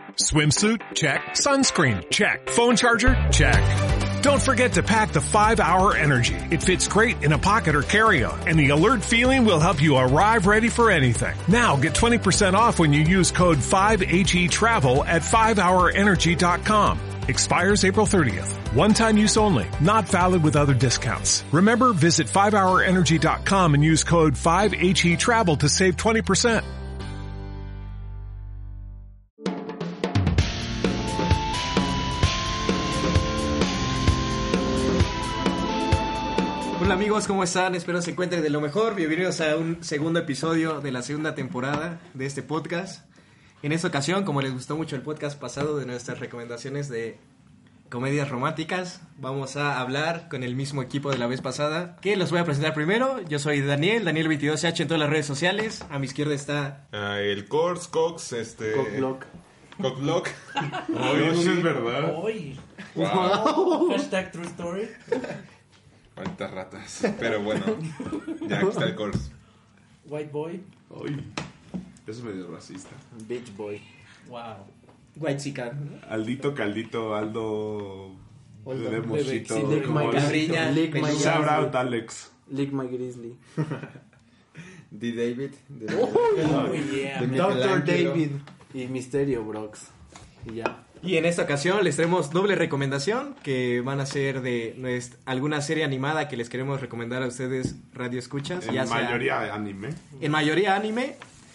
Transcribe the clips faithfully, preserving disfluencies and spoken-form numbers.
Swimsuit? Check. Sunscreen? Check. Phone charger? Check. Don't forget to pack the five hour Energy. It fits great in a pocket or carry-on, and the alert feeling will help you arrive ready for anything. Now get twenty percent off when you use code five H E travel at five hour energy dot com. Expires April thirtieth. One-time use only. Not valid with other discounts. Remember, visit five hour energy dot com and use code five H E travel to save twenty percent. Hola amigos, ¿cómo están? Espero se encuentren de lo mejor. Bienvenidos a un segundo episodio de la segunda temporada de este podcast. En esta ocasión, como les gustó mucho el podcast pasado de nuestras recomendaciones de comedias románticas, vamos a hablar con el mismo equipo de la vez pasada, que los voy a presentar primero. Yo soy Daniel, Daniel veintidós H en todas las redes sociales. A mi izquierda está... Uh, el Cors, Cox, este... Cockblock. Cockblock. Oye, eso es verdad. Oy. Wow. Hashtag true story. Cuántas ratas. Pero bueno, ya aquí está el Cors. White boy. Oye, eso es medio racista. Bitch boy. Wow. White Chican. Aldito, Caldito, Aldo... Aldo, de Mochito. Sí, Lick my Cabriña, Lick my Pelusa. Shout Grizzly. out Alex. Lick my Grizzly. D. David de, Oh yeah. de man. doctor David Y Misterio Brox. Y ya. Y en esta ocasión les traemos doble recomendación, que van a ser de nuestra, alguna serie animada que les queremos recomendar a ustedes, radio escuchas. En ya sea mayoría de anime. en mayoría anime.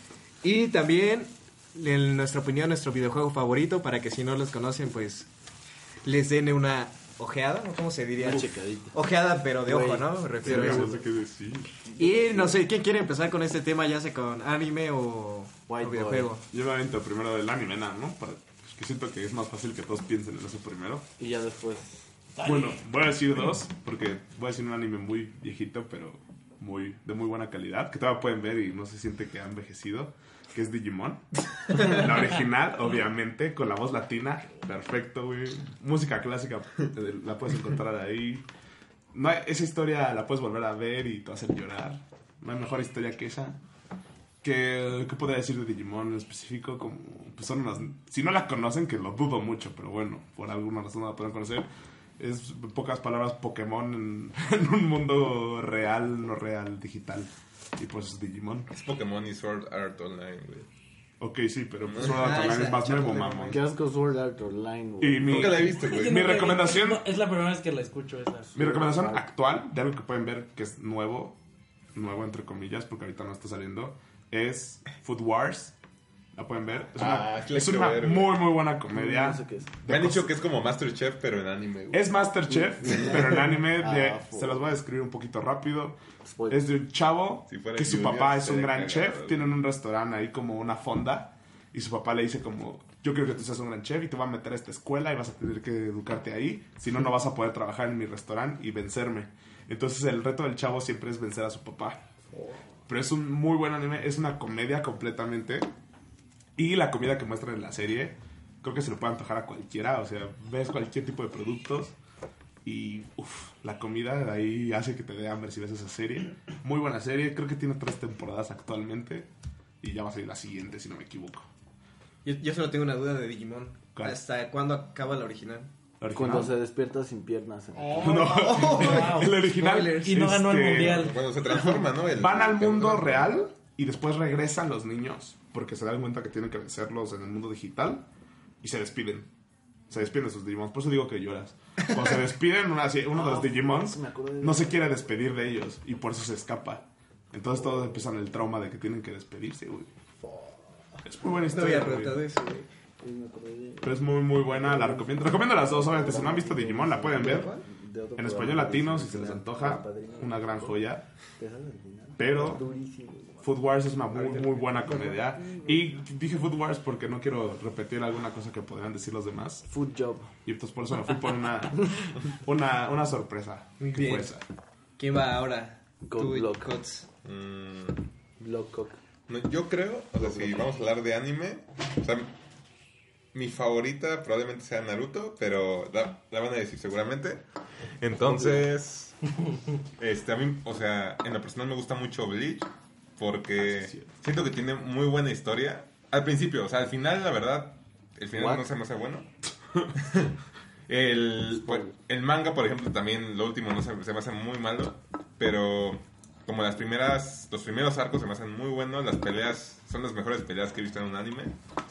Y también, en nuestra opinión, nuestro videojuego favorito, para que si no los conocen, pues les den una ojeada, ¿no? ¿Cómo se diría? Una checadita. Ojeada, pero de Güey. ojo, ¿no? Me refiero a No eso. sé qué decir. Y no sé, ¿quién quiere empezar con este tema, ya sea con anime o, White o videojuego? Yo me avento primero del anime, nada, ¿no? Para, pues, que siento que es más fácil que todos piensen en eso primero. Y ya después. Bueno, voy a decir dos, porque voy a decir un anime muy viejito, pero muy de muy buena calidad, que todavía pueden ver y no se siente que ha envejecido, que es Digimon. La original, obviamente, con la voz latina, perfecto, güey. Música clásica, eh, la puedes encontrar ahí. No hay- esa historia la puedes volver a ver y te va a hacer llorar. No hay mejor historia que esa. ¿Qué, qué podría decir de Digimon en específico? Como, pues son unas, si no la conocen, que lo dudo mucho, pero bueno, por alguna razón no la pueden conocer. Es, en pocas palabras, Pokémon en, en un mundo real, no real, digital. Y pues es Digimon. Es Pokémon y Sword Art Online, güey. Ok, sí, pero pues Sword Ah, Art Online esa es más nuevo, chapa de mamón. Qué asco Sword Art Online, güey. Y mi, Nunca la he visto, güey. mi recomendación, No, es la primera vez que la escucho esa. mi recomendación actual, de algo que pueden ver que es nuevo, nuevo entre comillas, porque ahorita no está saliendo, es Food Wars. ¿La pueden ver? Es una, Ah, sí la es quiero una ver, güey. muy, muy buena comedia. No sé qué es. Me han dicho que es como Masterchef, pero en anime, güey. Es Masterchef, pero en anime de- Ah, fu- se los voy a describir un poquito rápido. Spoiler. Es de un chavo Si fuera que su Junior, papá es un sería gran cagado, chef, güey. tienen un restaurante ahí como una fonda y su papá le dice como, yo quiero que tú seas un gran chef y te voy a meter a esta escuela y vas a tener que educarte ahí, si no, no vas a poder trabajar en mi restaurante y vencerme. Entonces el reto del chavo siempre es vencer a su papá. Pero es un muy buen anime, es una comedia completamente. Y la comida que muestran en la serie, creo que se lo puede antojar a cualquiera. O sea, ves cualquier tipo de productos y uff, la comida de ahí hace que te dé hambre si ves esa serie. Muy buena serie, creo que tiene tres temporadas actualmente. Y ya va a salir la siguiente, si no me equivoco. Yo, yo solo tengo una duda de Digimon. ¿Cuál? ¿Hasta cuándo acaba la original? ¿La original? Cuando se despierta sin piernas. ¿eh? No, el original. Spoilers. Y no ganó el este, mundial. Cuando se transforma, ¿no? El- Van al el- mundo real y después regresan los niños porque se dan cuenta que tienen que vencerlos en el mundo digital y se despiden. Se despiden de sus Digimons. Por eso digo que lloras. Cuando se despiden, una- uno de los Digimons me acuerdo de no eso. se quiere despedir de ellos y por eso se escapa. Entonces todos empiezan el trauma de que tienen que despedirse, güey. Es muy buena No había historia, güey. preguntado eso, güey. Sí, me acordé de- Pero es muy, muy buena. La recomiendo. Recomiendo las dos, obviamente. Si no han visto Digimon, la pueden ver. de otro En español programa latino, si durísimo, se les que antoja. era Padrino. Una gran joya. ¿Te sabes el final? Pero Durísimo. Food Wars es una muy, muy buena comedia. Y dije Food Wars porque no quiero repetir alguna cosa que podrían decir los demás. Food Job. Y entonces por eso me fui por una, una, una sorpresa. Muy que bien. fue esa. ¿Quién va ahora? Gold Tú y Block. Cots. Mm, Blockcock. no, yo creo, o sea, si vamos a hablar de anime, o sea, mi favorita probablemente sea Naruto, pero la, la van a decir seguramente. Entonces, este, a mí, o sea, en lo personal me gusta mucho Bleach, porque Ah, sí, sí. siento que tiene muy buena historia. Al principio, o sea, al final, la verdad, el final What? no se me hace bueno. el, pues, el manga, por ejemplo, también lo último no se, se me hace muy malo, pero como las primeras, los primeros arcos se me hacen muy buenos, las peleas son las mejores peleas que he visto en un anime.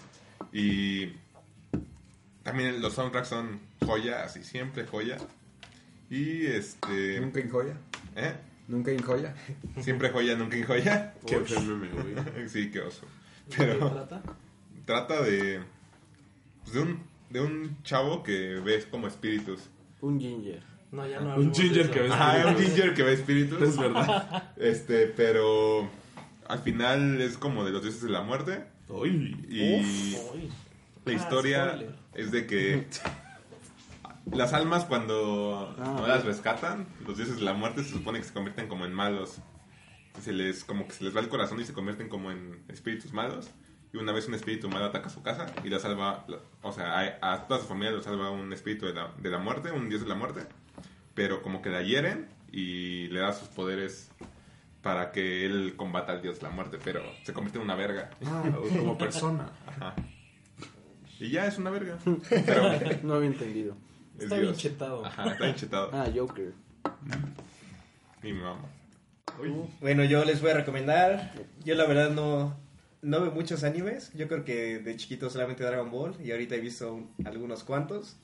Y también los soundtracks son joya, así siempre joya. Y este... Nunca en joya. ¿Eh? Nunca en joya. Siempre joya, nunca en joya. Qué meme, güey. Sí, qué oso. ¿De Pero qué trata? trata de... pues, de un, de un chavo que ve como espíritus. Un ginger. No, ya no Un hablemos de ginger eso. que ves. Ajá, un ginger que ve espíritus. Es verdad. Este, pero... al final es como de los dioses de la muerte. Uy. Y Uy. la Ah, historia spoiler. es de que... las almas cuando Ah, no las rescatan, los dioses de la muerte se supone que se convierten como en malos. Se les, como que se les va el corazón y se convierten como en espíritus malos. Y una vez un espíritu malo ataca su casa y la salva, o sea, a, a toda su familia lo salva un espíritu de la, de la muerte, un dios de la muerte. Pero como que la hieren y le da sus poderes para que él combata al dios de la muerte, pero se convierte en una verga. Ah, como persona. Ajá. Y ya es una verga. Pero No había entendido. es Está bien Dios. chetado. Ajá, está bien chetado. Ah, Joker. Mi mamá. Bueno, yo les voy a recomendar. Yo la verdad no, no veo muchos animes. Yo creo que de chiquito solamente Dragon Ball. Y ahorita he visto un- algunos cuantos.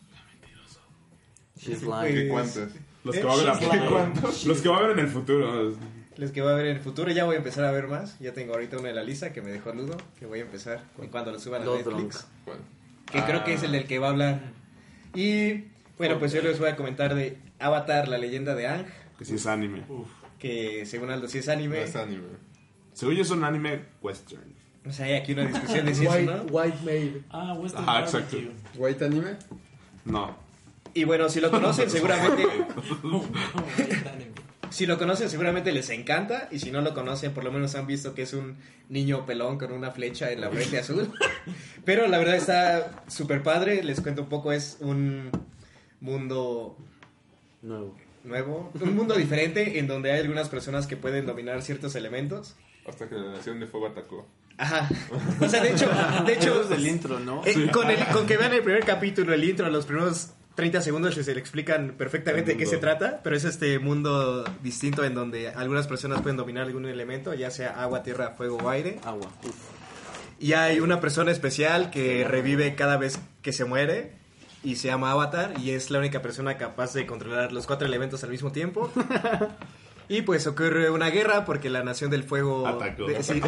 She's Sí, lying. ¿Qué pues, cuántos? Los ¿Eh? que va a ver a She's futuro. Los que va a ver en el futuro. Los que va a ver en el futuro, ya voy a empezar a ver más. Ya tengo ahorita uno en la lista que me dejó Ludo, que voy a empezar en cuando lo suban a Dos Netflix. Drunks. Bueno. Que creo que es el del que va a hablar. Y bueno, pues yo les voy a comentar de Avatar, la leyenda de Aang, Que sí es anime. que según Aldo sí es anime. No es anime. Según yo es un anime western. O sea, hay aquí una discusión de si es o White, no. White Maid. Ah, Western Ajá, Barbecue. exacto. White anime. No. Y bueno, si lo conocen seguramente... White anime. Si lo conocen seguramente les encanta. Y si no lo conocen por lo menos han visto que es un niño pelón con una flecha en la frente azul. Pero la verdad está súper padre. Les cuento un poco, es un mundo Nuevo. nuevo. Un mundo diferente en donde hay algunas personas que pueden dominar ciertos elementos. Hasta que la Nación de Fuego atacó. Ajá. O sea, de hecho, de hecho Eso es del intro, ¿no? eh, con, el, con que vean el primer capítulo, el intro, los primeros treinta segundos se le explican perfectamente de qué se trata, pero es este mundo distinto en donde algunas personas pueden dominar algún elemento, ya sea agua, tierra, fuego o aire. Agua. Uf. Y hay una persona especial que revive cada vez que se muere y se llama Avatar y es la única persona capaz de controlar los cuatro elementos al mismo tiempo. Y pues ocurre una guerra porque la Nación del Fuego Atacó. de- sí,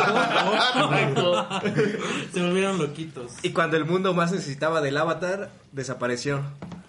atacó. Se volvieron loquitos. Y cuando el mundo más necesitaba del Avatar, desapareció.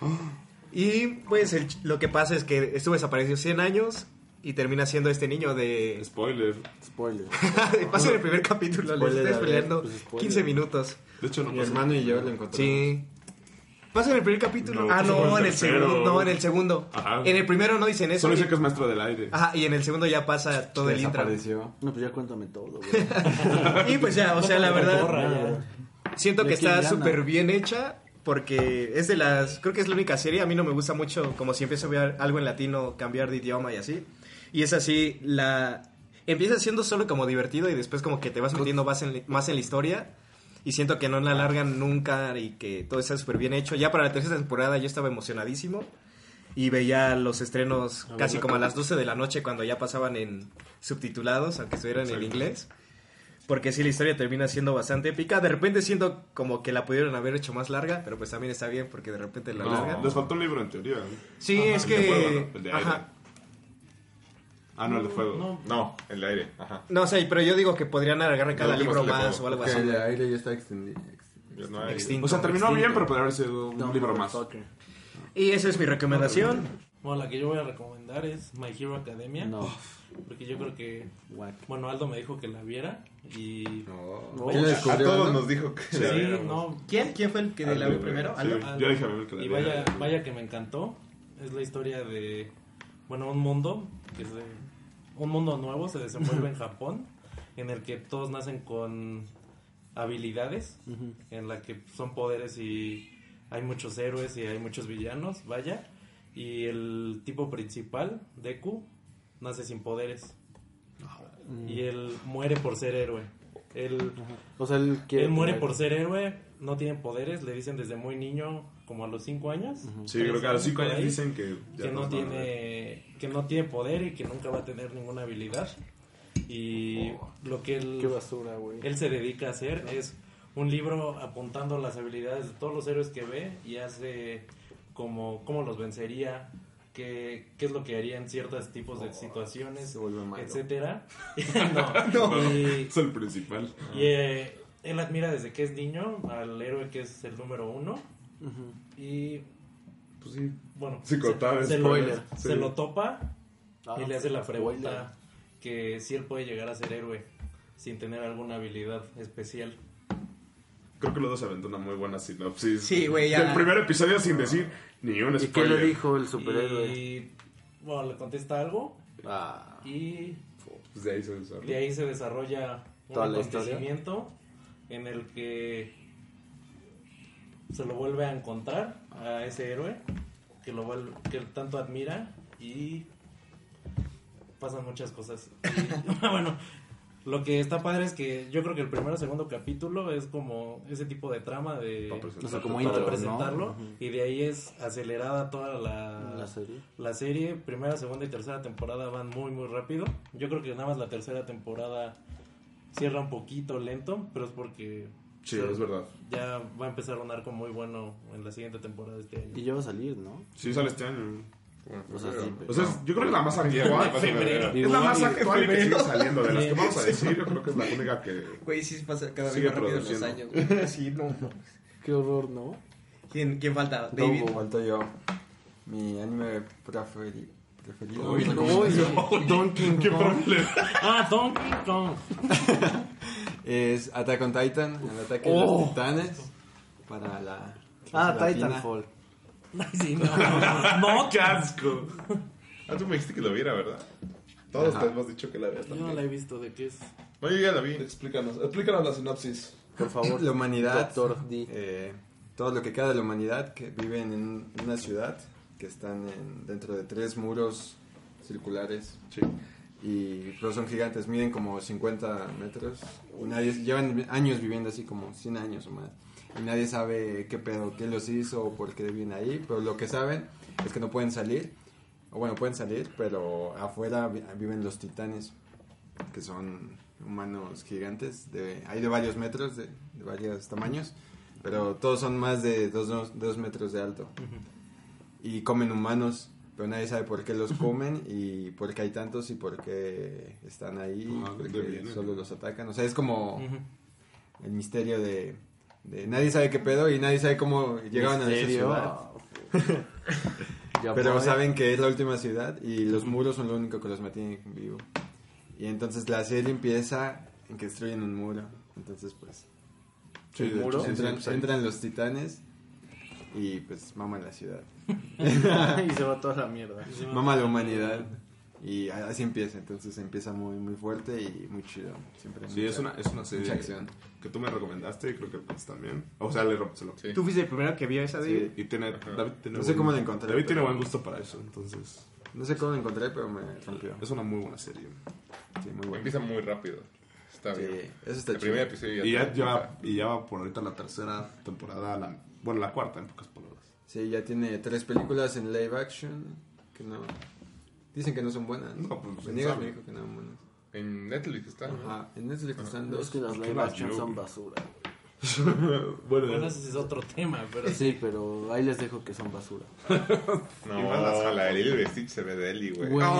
Y pues el- lo que pasa es que estuvo desaparecido cien años y termina siendo este niño de... Spoiler. Spoiler. Pasa en el primer capítulo, les Spoiler, estoy a ver, spoileando pues, spoiler. quince minutos. De hecho, no Mi pasa. hermano y yo lo encontramos. Sí. Pasa en el primer capítulo. No, ah, pues fue no, el en el tercero. segundo. No, en el segundo. Ajá. En el primero no dicen eso. Solo dice y- que es maestro del aire. Ajá, y en el segundo ya pasa todo el intro. Desapareció. No, pues ya cuéntame todo, güey. Y pues ya, o sea, la verdad, Borra ya. siento que ¿De quién está gana? súper bien hecha porque es de las, creo que es la única serie, a mí no me gusta mucho, como si empiezo a ver algo en latino, cambiar de idioma y así. Y es así, la empieza siendo solo como divertido y después como que te vas metiendo más en, más en la historia. Y siento que no la alargan nunca y que todo está súper bien hecho. Ya para la tercera temporada yo estaba emocionadísimo. Y veía los estrenos A casi ver, como a las doce de la noche cuando ya pasaban en subtitulados, aunque estuvieran en inglés. Porque sí, la historia termina siendo bastante épica. De repente siento como que la pudieron haber hecho más larga, pero pues también está bien porque de repente la No, alargan. les faltó un libro en teoría. ¿no? Sí, Ajá, es el de fuego, que... ¿no? El de aire. Ajá. Ah, no, el de fuego. No, No, el de aire. Ajá. No, o sea, pero yo digo que podrían alargar cada Los últimos libro son de más fuego. o algo Porque así. el de aire ya está extendido. Ya no hay- Extinto. O sea, terminó Extinto. bien, pero podría haber sido un Dumb libro más. motherfucker. Y esa es mi recomendación. Bueno, la que yo voy a recomendar es My Hero Academia. No. Porque yo creo que. Whack. Bueno, Aldo me dijo que la viera. Y. No. No. ¿Quién lo A descubrió, todos no? nos dijo que Sí, la viéramos. no. ¿Quién? ¿Quién fue el que la Aldo, vio güey. primero? Sí. ¿Aldo? Aldo. Yo dije a mí que la Y viera. vaya, vaya que me encantó. Es la historia de. Bueno, un mundo. Que se, un mundo nuevo se desenvuelve en Japón. En el que todos nacen con habilidades. Ujú. En la que son poderes y hay muchos héroes y hay muchos villanos, vaya. Y el tipo principal, Deku, nace sin poderes. Y él muere por ser héroe. Él, O sea, él quiere. él muere tener- por ser héroe, no tiene poderes, le dicen desde muy niño, como a los cinco años. Sí, tres creo que a los cinco por años ahí, dicen que ya que no todos van a ver. tiene que no tiene poder y que nunca va a tener ninguna habilidad. Y lo que él Qué basura, güey. él se dedica a hacer es un libro apuntando las habilidades de todos los héroes que ve y hace como cómo los vencería, qué, qué es lo que haría en ciertos tipos de situaciones, Se vuelve malo. etcétera. no, y, Es el principal. y, eh, él admira desde que es niño al héroe que es el número uno y Pues sí. bueno, Sí, contaba se, se lo, spoiler. se Sí. lo topa Ah, y le hace la spoiler. pregunta que si él puede llegar a ser héroe sin tener alguna habilidad especial. Creo que los dos se aventó una muy buena sinopsis. Sí, güey, ya. El primer episodio sin decir ni un ¿Y qué spoiler. le dijo el superhéroe? Y bueno, le contesta algo Ah, y Pues de ahí se desarrolla. de ahí se desarrolla un ¿Toda la historia? acontecimiento en el que se lo vuelve a encontrar a ese héroe que lo vuelve, que él tanto admira y pasan muchas cosas. Y, bueno, lo que está padre es que yo creo que el primero o segundo capítulo es como ese tipo de trama de Para presentar. o sea, como para intro, presentarlo ¿no? Ujú. y de ahí es acelerada toda la, La serie. la serie. Primera, segunda y tercera temporada van muy muy rápido. Yo creo que nada más la tercera temporada cierra un poquito lento, pero es porque Sí, es verdad. ya va a empezar un arco muy bueno en la siguiente temporada de este año. Y ya va a salir, ¿no? Sí, sale este año. Bueno, O sea, pero- sí, O sea, es- yo creo que la más actual. Febrero. Es la más Igual, actual que sigue saliendo. De las que Sí. vamos a decir, yo creo que es la única que. Güey, sí pasa cada vez Sigue más rápido los produciendo. años. güey. Sí, no. Qué horror, ¿no? ¿Quién, quién falta? David. Dogo. Falto yo. Mi anime preferi- preferido. Uy, Mi no. recomendación Donkey ¿Qué Kong. problema? Ah, Donkey Kong. es Attack on Titan, el ataque de Oh. los titanes. Para la. Ah, latina. Titanfall. Ay, sí, no, no, no, ¡Qué asco! Ah, tú me dijiste que lo viera, ¿verdad? Todos Ajá. te hemos dicho que la veas yo no también. la he visto de qué es. No, yo ya la vi. Explícanos, explícanos la sinopsis. Por favor. La humanidad, Doctor D. eh, todo lo que queda de la humanidad que viven en una ciudad que están en- dentro de tres muros circulares Sí. y pero son gigantes, miden como cincuenta metros y nadie, llevan años viviendo así como cien años o más y nadie sabe qué pedo, qué los hizo o por qué viven ahí, pero lo que saben es que no pueden salir, o bueno, pueden salir, pero afuera vi- viven los titanes, que son humanos gigantes, de, hay de varios metros, de, de varios tamaños, pero todos son más de dos, dos, dos metros de alto. Y comen humanos, pero nadie sabe por qué los comen y por qué hay tantos y por qué están ahí, Ah, ¿de porque dónde vienen? solo los atacan. O sea, es como Ujú. el misterio de, de nadie sabe qué pedo y nadie sabe cómo llegaron a esa ¿Misterio? ciudad. Ya Pero voy. saben que es la última ciudad y los muros son lo único que los mantiene vivo. Y entonces la serie empieza en que destruyen un muro. Entonces pues Sí, de hecho, ¿Muro? sí, sí, entran, pues ahí. entran los titanes y pues maman la ciudad. y se va toda la mierda. Mama la humanidad. Y así empieza, entonces empieza muy muy fuerte y muy chido. Siempre Sí, mucha- es una, es una serie mucha acción. que tú me recomendaste y creo que pues también. O sea, le rompe lo Sí. ¿Tú fuiste el primero que vio esa de Sí. Y tiene, David tiene No sé buen- cómo la encontré, David tiene pero- buen gusto para eso, entonces No sé cómo lo encontré, pero me rompió. es una muy buena serie. Sí, muy bueno. Empieza muy rápido. Está Sí, bien. eso está El chido. primer episodio ya Y ya, te- ya, y ya va por ahorita la tercera temporada, la, bueno, la cuarta en pocas palabras. Sí, ya tiene tres películas en live action que no... Dicen que no son buenas. No, pues, Venegas sabe. me dijo que no eran buenas. En Netflix está. Ajá, en Netflix están Es dos. que las ¿Qué live las action vio, son güey? basura. Bueno, ese es otro tema, pero Sí, pero ahí les dejo que son basura. No, la de Lilo y Stitch se ve de Eli, güey. Güey,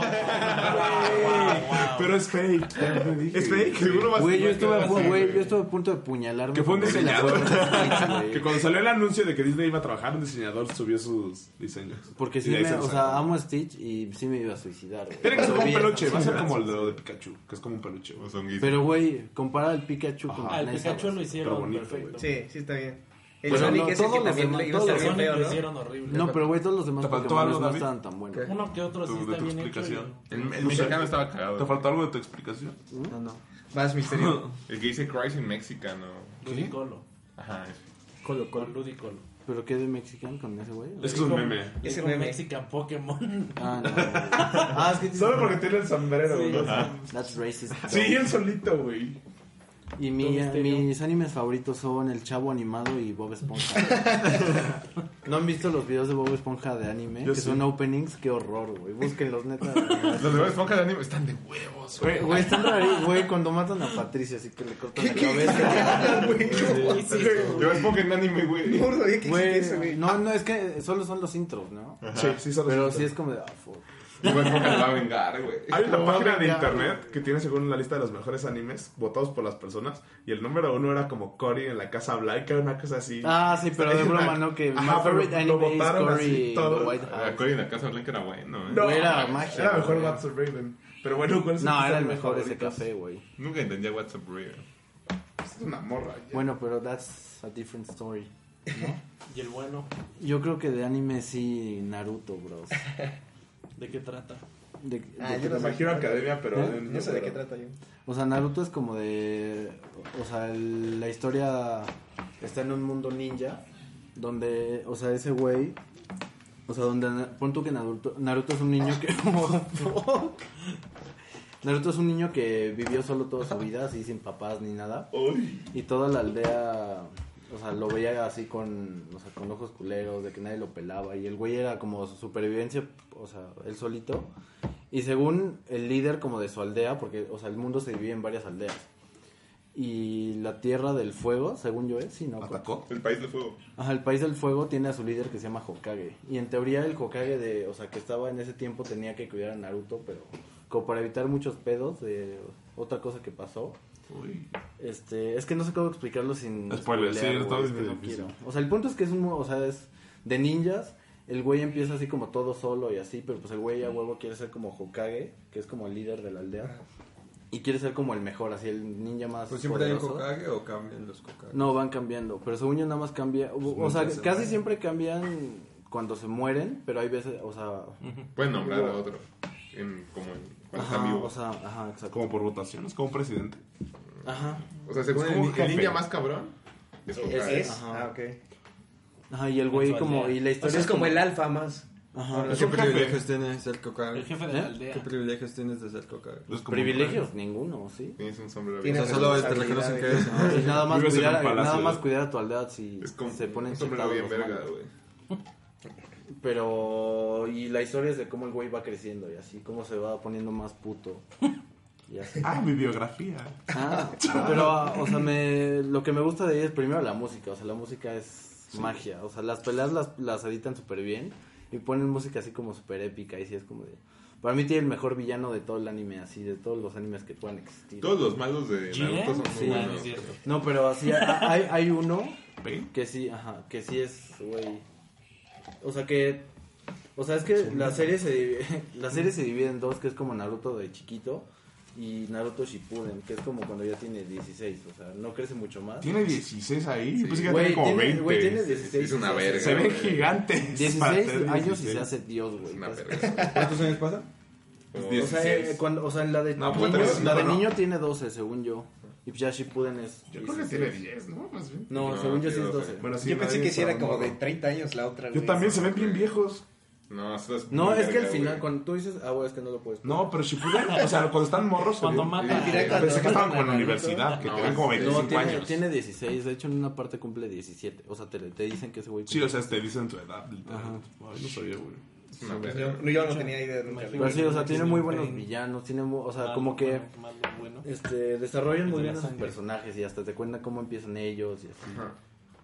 Pero es fake. ya te dije. ¿Es fake? Seguro vas Güey, yo a estuve, quedar a pu- así, güey, yo estuve a punto de puñalarme. Que fue un cuando vi la diseñador. foto, güey. Que cuando salió el anuncio de que Disney iba a trabajar, un diseñador subió sus diseños. Porque Y sí de ahí me, se o los sea, sacó. amo a Stitch y sí me iba a suicidar, güey. Tiene que ser Cuando como un vi peluche, esa- va a ser como el de, de Pikachu, que es como un peluche. O son guisos. Pero, güey, compara al Pikachu con Ah, el esa Pikachu lo basura. hicieron Pero bonito, perfecto. Sí, sí está bien. El Pero Sonic no, es el que todos los también demás- le iba a todos estar Los los bien Sonic feo, lo ¿no? hicieron horrible. No, pero, güey, todos los demás ¿Te faltó Pokémones algo, no David? estaban tan buenos. ¿Qué? Uno que otro sí Tu- de está tu bien hecho. explicación. y- El, el mexicano estaba cagado. ¿Te faltó algo de tu explicación? No, no. Más misterio. El que dice Crying mexicano. Ludicolo. Ajá. ese. Colo, Con Ludicolo. ¿Pero qué de Mexican con ese güey? Es que es un meme. Es Ese un meme. Mexican Pokémon. Ah, no. Ah, es que Solo porque tiene el sombrero, Sí, güey. o sea, That's racist. Sí, él solito, güey. Y mi, mis animes favoritos son El Chavo Animado y Bob Esponja. ¿No han visto los videos de Bob Esponja de anime? Yo que sí. son openings, qué horror, güey. Búsquenlos, neta. Los de Bob Esponja de anime están de huevos, güey. Güey, están raros, güey, cuando matan a Patricia, así que le cortan la cabeza. Bob Esponja en anime, güey. No sabía que Güey, existía eso, güey. no, no, es que solo son los intros, ¿no? Sí, sí, solo Pero sí. sí es como de, ah, fuck. Bob Esponja lo va a vengar, güey. Hay una No, página de venga, internet que tiene según la lista de los mejores animes votados por las personas y el número uno era como Cory en la Casa Blanca, una cosa así. Ah, sí, pero de Hay una- broma, ¿no? Que Ajá, my pero favorite lo anime is votaron Cory así in todo. the White Ah, House. Cory en la Casa Blanca era bueno, ¿eh? Güey, era magia. Era mejor güey. What's Up Raven. Pero bueno, ¿cuál es No, tus era el animes mejor ese favoritos? café, güey. Nunca entendía WhatsApp Real. Es una morra. ya. Bueno, pero that's a different story. Y el bueno, Yo creo que de anime sí Naruto, bros. ¿de qué trata? De- Ah, de- yo no Me sé. imagino Academia, pero... ¿Eh? en- No sé de qué trata yo. O sea, Naruto es como de... O sea, el- la historia está en un mundo ninja, donde, o sea, ese güey... O sea, donde... Pon tú que Naruto, Naruto es un niño que... Naruto es un niño que vivió solo toda su vida, así sin papás ni nada. Uy. Y toda la aldea, o sea, lo veía así con, o sea, con ojos culeros, de que nadie lo pelaba. Y el güey era como su supervivencia, o sea, él solito. Y según el líder como de su aldea, porque, o sea, el mundo se divide en varias aldeas. Y la Tierra del Fuego, según yo es, sí, ¿no? ¿Atacó? El País del Fuego. Ajá, el País del Fuego tiene a su líder que se llama Hokage. Y en teoría el Hokage de, o sea, que estaba en ese tiempo tenía que cuidar a Naruto, pero como para evitar muchos pedos de otra cosa que pasó. Uy. Este, es que no sé cómo explicarlo sin Spoiler, sí, spoilear, está güey, muy es que no difícil. quiero. O sea, el punto es que es un, o sea, es de ninjas. El güey empieza así como todo solo y así, pero pues el güey a huevo quiere ser como Hokage, que es como el líder de la aldea. Y quiere ser como el mejor, así el ninja más ¿Pues siempre hay un poderoso. Hokage o cambian los Hokage? No, van cambiando, pero según yo nada más cambia, o, o sea, nunca se casi mueren. siempre cambian cuando se mueren, pero hay veces, o sea, Pueden nombrar a otro. En, como en, cuando ajá, están vivos. o sea, ajá, exacto. Como por votación, es como un presidente. Ajá. O sea, según Es el, como un el jefe. ninja más cabrón, es Hokage. ¿Es? Ajá. Ah, ok. Ajá, y el güey su como aldea. y la O historia sea, es como el alfa más. Ajá. Es ¿Qué un jefe. privilegios tienes ser Hokage? El jefe de ¿Eh? la aldea. ¿Qué privilegios tienes de ser Hokage? Es como Privilegios ninguno, ¿sí? Tienes un sombrero Tiene O bien. sea, solo te responsabilidades. reconocen que eres... Ah, y nada más Vives en cuidar, un palacio, nada más ¿no? cuidar a tu aldea si Es como se ponen un sombrero bien chetados los verga, malos. güey. Pero y la historia es de cómo el güey va creciendo y así cómo se va poniendo más puto. Y así. Ah, mi biografía. Ah, pero ah, o sea, me lo que me gusta de ella es primero la música, o sea, la música es magia, o sea, las peleas las, las editan súper bien y ponen música así como súper épica y sí es como de... Para mí tiene el mejor villano de todo el anime, así, de todos los animes que puedan existir. Todos los malos de ¿Quién? Naruto son Sí. muy Ah, no buenos. es cierto. No, pero así, ha- hay, hay uno ¿Ven? que sí, ajá, que sí es, güey. O sea que, o sea, es que la serie se divide, la serie se divide en dos, que es como Naruto de chiquito y Naruto Shippuden, que es como cuando ya tiene dieciséis, o sea, no crece mucho más. Tiene dieciséis ahí. Yo pensé que ya Güey, tenía como tiene, veinte. güey, tiene dieciséis. Es una y se hace- verga. Se ven güey. gigantes. para dieciséis tener años y dieciséis. se hace Dios, güey. Es una casi. verga. ¿Cuántos años pasa? Como O sea, eh, dieciséis. cuando, o sea, en la de No, niño, pues trece, la de ¿no? niño tiene doce, según yo. Y ya Shippuden es Yo creo que dieciséis. tiene diez, ¿no? Más bien. No, No, según yo sí tiene es doce. doce. Bueno, sí, Yo pensé nadie que sí era estaba como de morro. treinta años la otra. Yo güey. también se ven bien viejos. No, eso es No, muy es que al verga, final, güey. cuando tú dices, ah, güey, es que no lo puedes. No, pero Shippuden, o sea, cuando están morros. se Cuando ven- matan. Mira, Pensé cuando que estaban matan como en la a universidad, que No, tenían como es- No, veinticinco tiene, años. tiene dieciséis, de hecho en una parte cumple diecisiete. O sea, te, te dicen que ese güey Sí, cumple- o sea, te dicen tu edad, literal. Ajá. Ay, no sabía, güey. Es una Pues verga. yo, yo no tenía idea nunca. Imagínate. Pero sí, o sea, tiene muy buenos Tiene- villanos, tiene, mu- o sea, Malo, como que malo, malo, bueno. este desarrollan muy De la bien a sus sangre. personajes y hasta te cuentan cómo empiezan ellos y así. Ajá.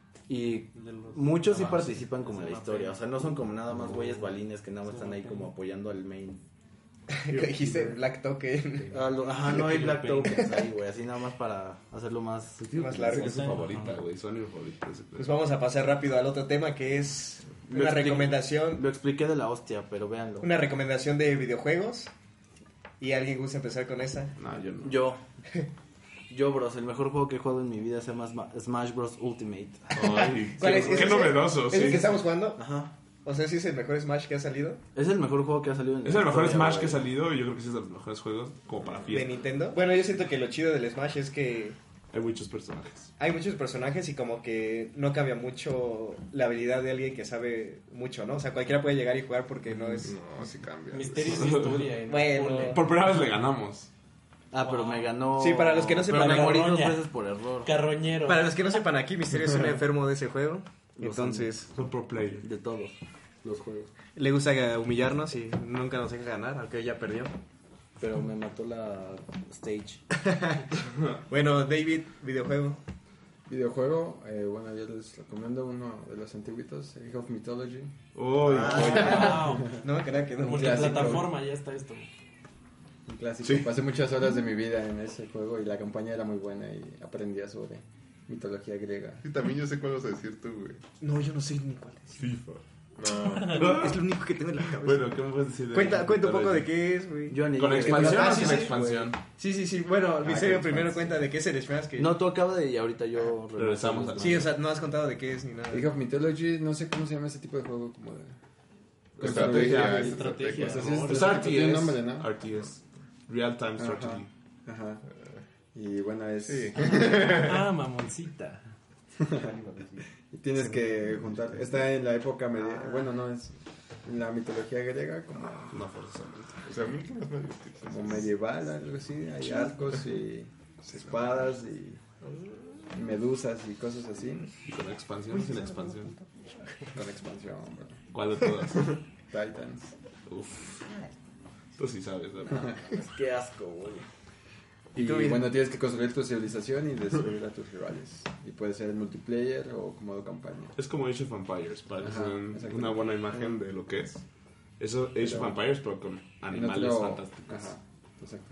Y De los- muchos sí Ah, participan como se en la llama historia, Pena. o sea, no son como nada más güeyes balines que nada más están ahí como apoyando al main. Que dijiste Black Token. Ah, lo- Ajá, no hay black tokens ahí, güey, así nada más para hacerlo más... Más largo. Es su favorita, güey. Su anime favorito. ese Pues vamos a pasar rápido al otro tema que es Lo una expliqué- recomendación. Lo expliqué de la hostia, pero véanlo. Una recomendación de videojuegos. ¿Y alguien gusta empezar con esa? No, yo no. Yo. Yo, bros, el mejor juego que he jugado en mi vida se llama Sma- Smash Bros. Ultimate. Ay, ¿Cuál qué, es? ¿Es qué ese? novedoso, ¿Es el sí. que estamos jugando? Ajá. O sea, ¿sí es el mejor Smash que ha salido Es el mejor juego que ha salido en la Es el mejor historia, Smash güey. que ha salido y yo creo que sí es de los mejores juegos como para de fiesta. Nintendo? Bueno, yo siento que lo chido del Smash es que Hay muchos personajes. hay muchos personajes y como que no cambia mucho la habilidad de alguien que sabe mucho, ¿no? O sea, cualquiera puede llegar y jugar porque no es... No, sí cambia. Misterios de historia. ¿no? Bueno. Ponle. Por primera vez le ganamos. Ah, pero me ganó. Sí, para los que no sepan, pero me morí dos Carroña. veces por error. Carroñero. Para los que no sepan, aquí Misterio es un enfermo de ese juego. Entonces, Son pro player. De todos los juegos. le gusta humillarnos y nunca nos deja ganar, aunque ya perdió. Pero me mató la stage. Bueno, David, videojuego. Videojuego, eh, bueno, yo les recomiendo uno de los antiguitos, Age of Mythology. Uy, Wow. No me crean que no. Multiplataforma, ya está esto. Un clásico. Sí. Pasé muchas horas de mi vida en ese juego y la campaña era muy buena y aprendía sobre mitología griega. Sí, también yo sé cuál vas a decir tú, güey. No, yo no sé ni cuál es. FIFA. No. Es lo único que tengo en la cabeza. Bueno, ¿qué me puedes decir? de cuenta, cuenta un poco de Mythology? qué es, güey. Yo ni ¿Con llegué. expansión Ah, o sí, sin sí, expansión? Sí, sí, sí. Bueno, Ah, Misterio qué primero expansión. cuenta de qué es el Smash. Que... No, tú acabas de y ahorita yo Regresamos al- Sí, o sea, no has contado de qué es ni nada. Age of Mythology, no sé cómo se llama ese tipo de juego, como de... Estrategia, Estrategia. estrategia. Pues así ¿no? es, Es estrategia, tiene un R T S. nombre, ¿no? R T S. Real Time Ajá. Strategy. Ajá. Y bueno, es... Sí. Ah, mamoncita. Y tienes que juntar... Está en la época media... Bueno, no, es en la mitología griega, como, No forzosamente. O sea, a mí qué más me divertido. como medieval, algo así. Hay arcos y espadas y, y medusas y cosas así. ¿Y con expansión o sin expansión? Con expansión, bro. ¿Cuál de todas? Titans. Uf. Tú sí sabes, ¿verdad? Qué asco, güey. Y tú, Miguel? bueno, tienes que construir tu civilización y destruir a tus rivales. Y puede ser en multiplayer o como de campaña. Es como Age of Empires, parece Ajá, un- exacto. una buena imagen de lo que es. Eso, Age of Pero- Empires, pero con En animales otro- fantásticos. Ajá, exacto.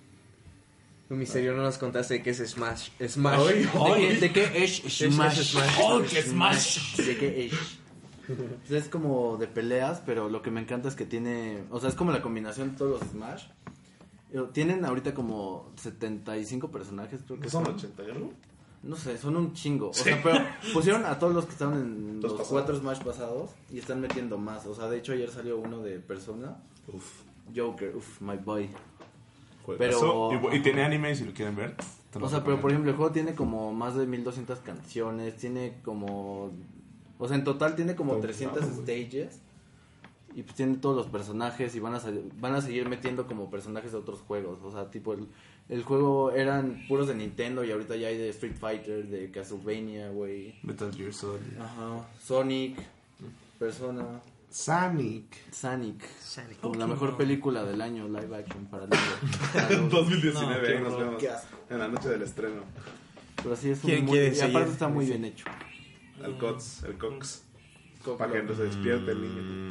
Tu Misterio no nos contaste de qué es Smash. Smash. Oye, ¿De qué, de qué es Smash? es Smash. ¡Oh, qué Smash! ¿De qué es? Pues es como de peleas, pero lo que me encanta es que tiene... O sea, es como la combinación de todos los Smash. Pero tienen ahorita como setenta y cinco personajes, creo que ¿No son ochenta y algo? No sé, son un chingo. O sea, pero pusieron a todos los que estaban en Los los, pasados. cuatro Smash pasados y están metiendo más. O sea, de hecho ayer salió uno de Persona. Uf. Joker, uff, my boy. Pero... Pero- Y, y tiene anime, si lo quieren ver. te lo O sea, pero recomiendo. por ejemplo, el juego tiene como más de mil doscientas canciones, tiene como... O sea, en total tiene como Todo trescientas pesado, güey. stages. Y pues tiene todos los personajes y van a, sal- van a seguir metiendo como personajes de otros juegos. O sea, tipo, el, el juego eran puros de Nintendo y ahorita ya hay de Street Fighter, de Castlevania, güey. Metal Gear Solid. Ajá. Sonic, Persona, Sonic. Sonic. Sonic. Como la mejor película del año, live action para niños. dos mil diecinueve, No, qué ahí nos horror, vemos. qué asco. En la noche del estreno. Pero sí es un ¿Quién muy... quiere Y aparte seguir? está muy bien hecho. El Cox, el Cox. Para que no se despierte el niño. Mm.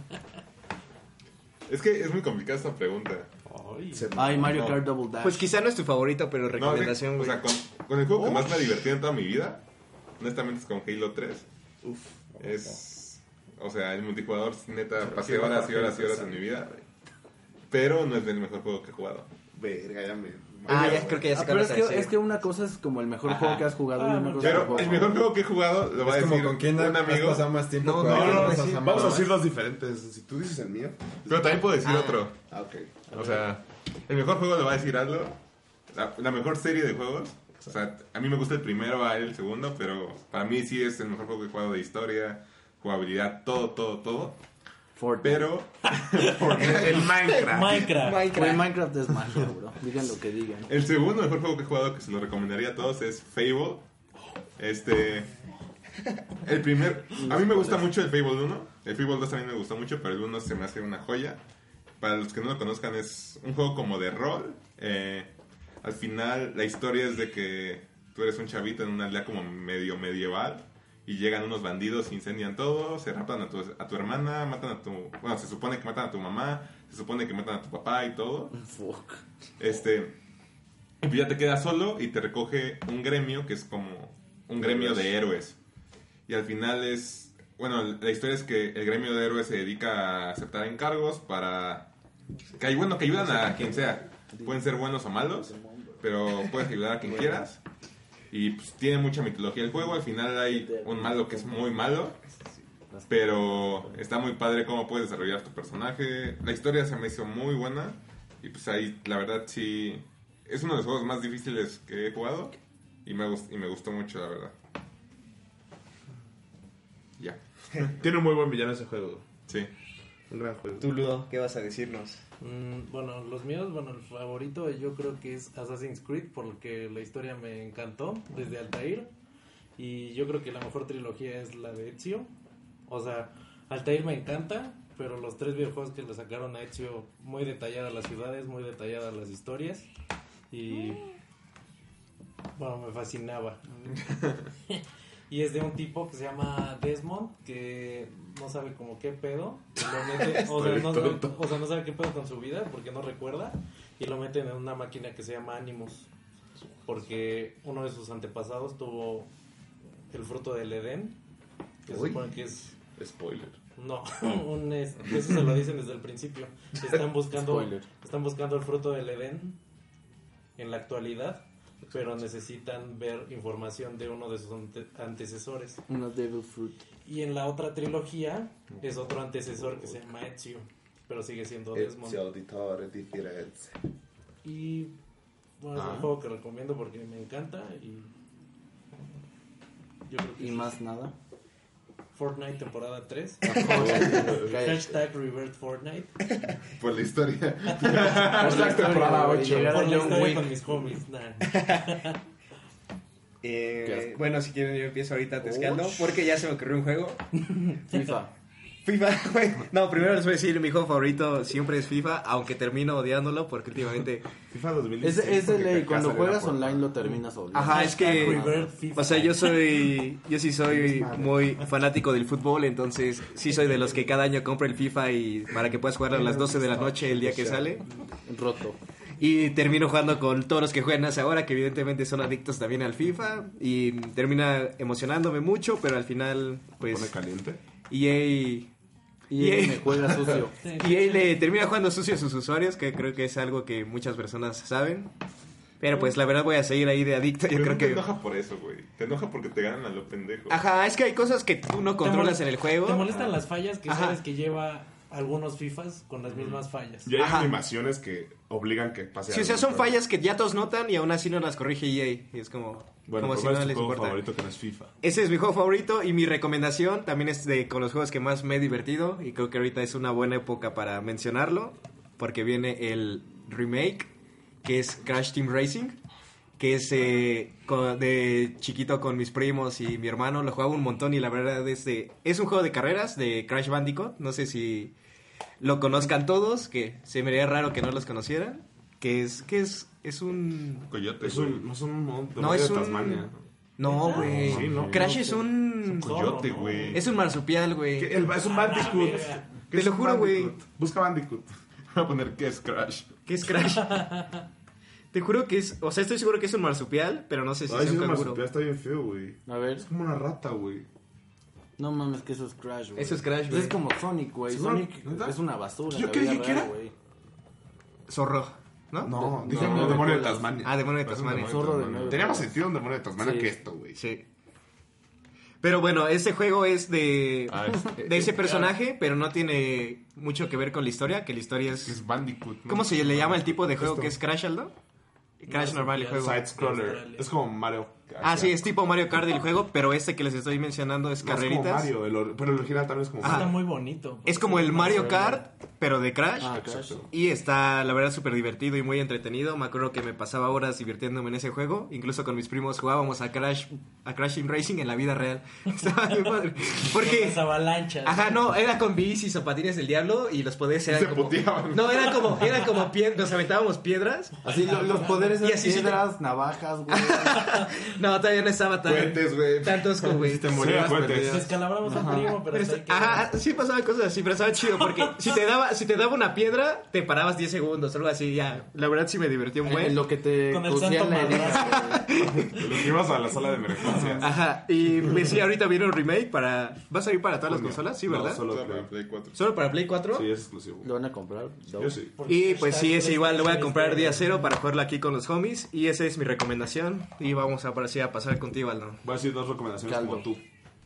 Es que es muy complicada esta pregunta. Ay, Se- Ay, Mario No. Kart Double Dash. Pues quizá no es tu favorito, pero No, sí, recomendación, o güey. sea, con, con el juego que más me ha divertido en toda mi vida, honestamente es con Halo tres. Uf. Es, o sea, el multijugador, neta, Pero pasé sí, horas y no, horas y horas sí, en mi sí. vida. Pero no es el mejor juego que he jugado. Verga, ya me... Ah, ya creo que ya Ah, sé pero cuál es vas a que, decir. es que una cosa es como el mejor Ajá. juego que has jugado y Ah, una cosa es Pero juego. el mejor juego que he jugado lo va a Es decir como con quién un has amigo. pasado más tiempo. No, con no, quién no, has sí. amado Vamos a más. decir dos diferentes. Si tú dices el mío. Pero también puedo decir Ah. otro. Ah, ok. O sea, el mejor juego lo va a decir Aldo. La, la mejor serie de juegos. O sea, a mí me gusta el primero, a él el segundo, pero para mí sí es el mejor juego que he jugado de historia, jugabilidad, todo, todo, todo. Fortnite. Pero El Minecraft. Minecraft. Güey, Minecraft es magia, bro. Digan lo que digan. el segundo mejor juego que he jugado, que se lo recomendaría a todos, es Fable. Este... El primer... A mí me gusta mucho el Fable uno. El Fable dos también me gustó mucho, pero el uno se me hace una joya. Para los que no lo conozcan, es un juego como de rol. Eh, al final, la historia es de que tú eres un chavito en una aldea como medio medieval. Y llegan unos bandidos, incendian todo, se raptan a tu, a tu hermana, matan a tu... Bueno, se supone que matan a tu mamá, se supone que matan a tu papá y todo. Fuck. Este... Y pues ya te quedas solo y te recoge un gremio que es como un gremio de héroes. Y al final es... Bueno, la historia es que el gremio de héroes se dedica a aceptar encargos para... Que, hay- bueno, que ayudan a quien sea. Pueden ser buenos o malos, pero puedes ayudar a quien quieras. Y pues tiene mucha mitología el juego. Al final hay un malo que es muy malo, pero está muy padre cómo puedes desarrollar tu personaje. La historia se me hizo muy buena. Y pues ahí, la verdad, sí... Es uno de los juegos más difíciles que he jugado. Y me, gust- y me gustó mucho, la verdad. Ya, Tiene un muy buen villano ese juego. sí. Un gran juego. Tú, Ludo, ¿qué vas a decirnos? Mm, bueno, los míos, bueno, el favorito yo creo que es Assassin's Creed porque la historia me encantó desde Altair y yo creo que la mejor trilogía es la de Ezio. O sea, Altair me encanta, pero los tres videojuegos que le sacaron a Ezio, muy detalladas las ciudades, muy detalladas las historias y bueno, me fascinaba. Y es de un tipo que se llama Desmond, que no sabe como qué pedo. Y lo mete, o, sea, no, no, o sea, no sabe qué pedo con su vida porque no recuerda. Y lo meten en una máquina que se llama Animus. Porque uno de sus antepasados tuvo el fruto del Edén. Que se supone que es... Spoiler. No, un, es, eso se lo dicen desde el principio. Están buscando, Spoiler. están buscando el fruto del Edén en la actualidad. Pero necesitan ver información de uno de sus ante- antecesores. Una Devil Fruit. Y en la otra trilogía es otro antecesor que se llama Ezio, pero sigue siendo Desmond. Ezio Auditore di Firenze. Y bueno, es Ah. un juego que recomiendo porque me encanta y yo creo que Y sí. más nada. Fortnite temporada tres. Cállate. Hashtag Revert Fortnite. Por la historia. Hashtag temporada ocho. Llegar a Por la John historia Wick. con mis homies. Nah. Eh, bueno, si quieren yo empiezo ahorita Tescaldo, porque ya se me ocurrió un juego. FIFA. FIFA, güey. No, primero les voy a decir, mi juego favorito siempre es FIFA, aunque termino odiándolo porque últimamente... FIFA dos mil Es, dieciséis. es de porque ley, Kaká cuando salió juegas por- online lo terminas odiando. Ajá, es que... Hashtag Revert FIFA. O sea, yo soy... Yo sí soy muy fanático del fútbol, entonces sí soy de los que cada año compra el FIFA y para que puedas jugar a las doce de la noche el día que sale. Roto. Y termino jugando con todos los que juegan hace ahora, que evidentemente son adictos también al FIFA. Y termina emocionándome mucho, pero al final, ¿Pone pues... caliente? E A... Y Y- él me juega sucio. Y ahí le termina jugando sucio a sus usuarios, que creo que es algo que muchas personas saben. Pero pues la verdad voy a seguir ahí de adicto. Yo Pero creo no te que... enoja por eso, güey. Te enoja porque te ganan a lo pendejo. Ajá, es que hay cosas que tú no controlas Te en mol- el juego. Te molestan las fallas que Ajá. sabes que lleva algunos FIFAs con las mismas fallas. Y hay Ajá. animaciones que obligan que pase Sí, o sea, algo, son ¿no? fallas que ya todos notan y aún así no las corrige E A. Y es como... Bueno, como ¿cuál si es no tu les juego importa. favorito que no es FIFA? Ese es mi juego favorito y mi recomendación también es de con los juegos que más me he divertido y creo que ahorita es una buena época para mencionarlo porque viene el remake que es Crash Team Racing, que es eh, co- de chiquito con mis primos y mi hermano, lo jugaba un montón y la verdad es de, es un juego de carreras de Crash Bandicoot, no sé si lo conozcan todos, que se me haría raro que no los conocieran, que es que es es un Coyote, Es güey. un, no es un mon- no demonio es de un Tasmania. no, güey. Sí, no. Crash es un Coyote, Zorro, ¿no? güey. es un marsupial, güey. Que el- es un Ah, Bandicoot. verga. ¿Qué Te es lo un juro, güey. Bandicoot? Busca Bandicoot. Voy a poner que es Crash. ¿Qué es Crash? Te juro que es, o sea, estoy seguro que es un marsupial, pero no sé si Ay, es sí, un es canguro. marsupial, está bien feo, güey. A ver. Es como una rata, güey. No mames, que eso es Crash, güey. Eso es Crash, Pues güey. es como Sonic, güey. ¿Sí, Sonic neta? es una basura. Yo la creí vida que real, era- güey. Zorro, ¿no? No, De- dije no, un de demonio de colas. Tasmania. Ah, demonio de Es un Tasmania. demonio. Zorro de nueve. Tenía más sentido un demonio de Tasmania Sí. que esto, güey. Sí. Pero bueno, ese juego es de, Ah, es- de ese personaje, pero no tiene mucho que ver con la historia, que la historia Es es... Bandicoot. ¿no? ¿Cómo se le llama el tipo de juego Esto. que es Crash, Aldo? Crash normal el juego. Side scroller. Australia. Es como Mario. Ah, sí, es tipo Mario Kart el juego, pero este que les estoy mencionando es No, es como carreritas. Mario, el or- pero el original también es como Ajá. Está muy bonito. Es como el Mario Kart, pero de Crash. Ah, Crash. Exacto. Y está, la verdad, súper divertido y muy entretenido. Me acuerdo que me pasaba horas divirtiéndome en ese juego. Incluso con mis primos jugábamos a Crash, a Crash Team Racing en la vida real. Estaba bien padre. Porque... Las avalanchas. Ajá, no, era con bicis o patines del diablo y los poderes eran se como... puteaban. No, eran como, eran como piedras, nos aventábamos piedras. Así lo- los poderes Y eran así sí te- piedras, navajas, güey. No, todavía no estaba tan... Puentes, güey. Tantos como, güey. Si te morías, fuentes. perdías. Descalabramos a un primo, pero Pero hasta está- ahí quedó. ajá, sí pasaban cosas así, pero estaba chido porque si te daba si te daba una piedra, te parabas diez segundos, algo así, ya. La verdad sí me divertí un En buen. lo que te Con el cosían santo la herida, madrazo. güey. Lo que ibas a la sala de emergencias. Ajá, y pues sí, ahorita viene un remake para... ¿Va a salir para todas las Junio. consolas? Sí, No, ¿verdad? solo Solo Play. para Play cuatro. ¿Solo para Play cuatro? Sí, es exclusivo. ¿Lo van a comprar? Yo sí. Y pues sí, es igual, lo voy a comprar día cero. cero para jugarlo aquí con los homies. Y esa es mi recomendación. Y vamos a, para así a pasar contigo, Aldo. Voy a decir dos recomendaciones Caldo. como tú.